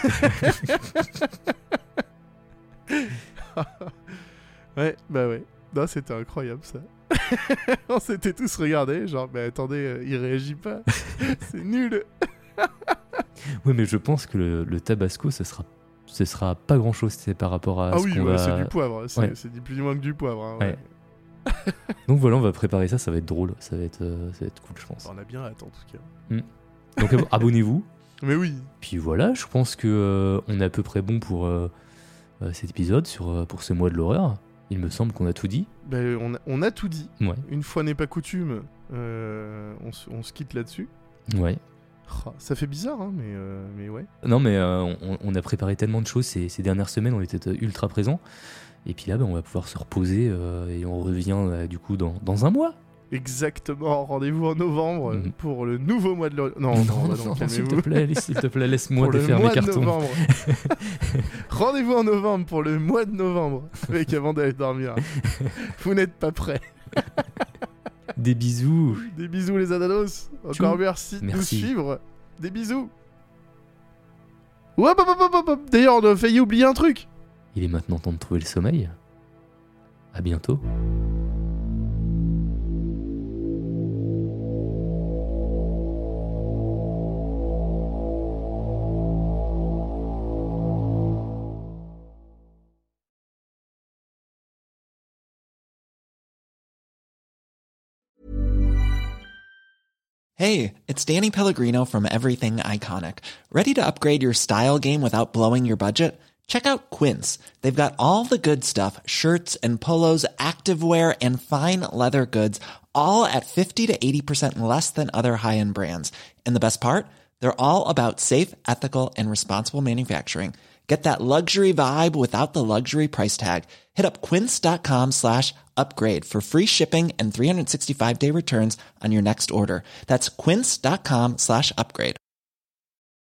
Ouais, bah ouais. Non, c'était incroyable ça. On s'était tous regardés, genre, mais attendez, euh, il réagit pas. C'est nul. Ouais, mais je pense que le, le tabasco, ce sera, ce sera pas grand chose par rapport à Ah ce oui, qu'on ouais, va. c'est du poivre, c'est, Ouais. c'est ni plus ni moins que du poivre. Hein, ouais. Ouais. Donc voilà, on va préparer ça, ça va être drôle, ça va être, euh, ça va être cool, je pense. On a bien hâte en tout cas. Donc ab- abonnez-vous. Mais oui, Puis voilà, je pense que euh, on est à peu près bon pour euh, euh, cet épisode, sur, euh, pour ce mois de l'horreur. Il me semble qu'on a tout dit. bah, on, a, on a tout dit. Ouais. Une fois n'est pas coutume, euh, on, se- on se quitte là-dessus. Ouais. Oh, ça fait bizarre, hein, mais, euh, mais ouais. Non, mais euh, on, on a préparé tellement de choses ces, ces dernières semaines, on était euh, ultra présents. Et puis là, bah, on va pouvoir se reposer euh, et on revient euh, du coup dans, dans un mois. Exactement, rendez-vous en novembre Mhm. pour le nouveau mois de l'horreur. Non, non, bah non, s'il te calmez-vous. plaît, allez, s'il te plaît, laisse-moi Pour le défaire mois mes de cartons. novembre. Rendez-vous en novembre pour le mois de novembre. Avec avant d'aller dormir. Vous n'êtes pas prêts. Des bisous. Des bisous les ananos. Encore Tchou. merci de nous Merci. suivre. Des bisous. Hop, hop, hop, hop, hop. D'ailleurs, on a failli oublier un truc. Il est maintenant temps de trouver le sommeil. À bientôt. Hey, it's Danny Pellegrino from Everything Iconic. Ready to upgrade your style game without blowing your budget? Check out Quince. They've got all the good stuff, shirts and polos, activewear, and fine leather goods, all at fifty to eighty percent less than other high-end brands. And the best part? They're all about safe, ethical, and responsible manufacturing. Get that luxury vibe without the luxury price tag. Hit up quince.com slash upgrade for free shipping and three sixty-five day returns on your next order. That's quince.com slash upgrade.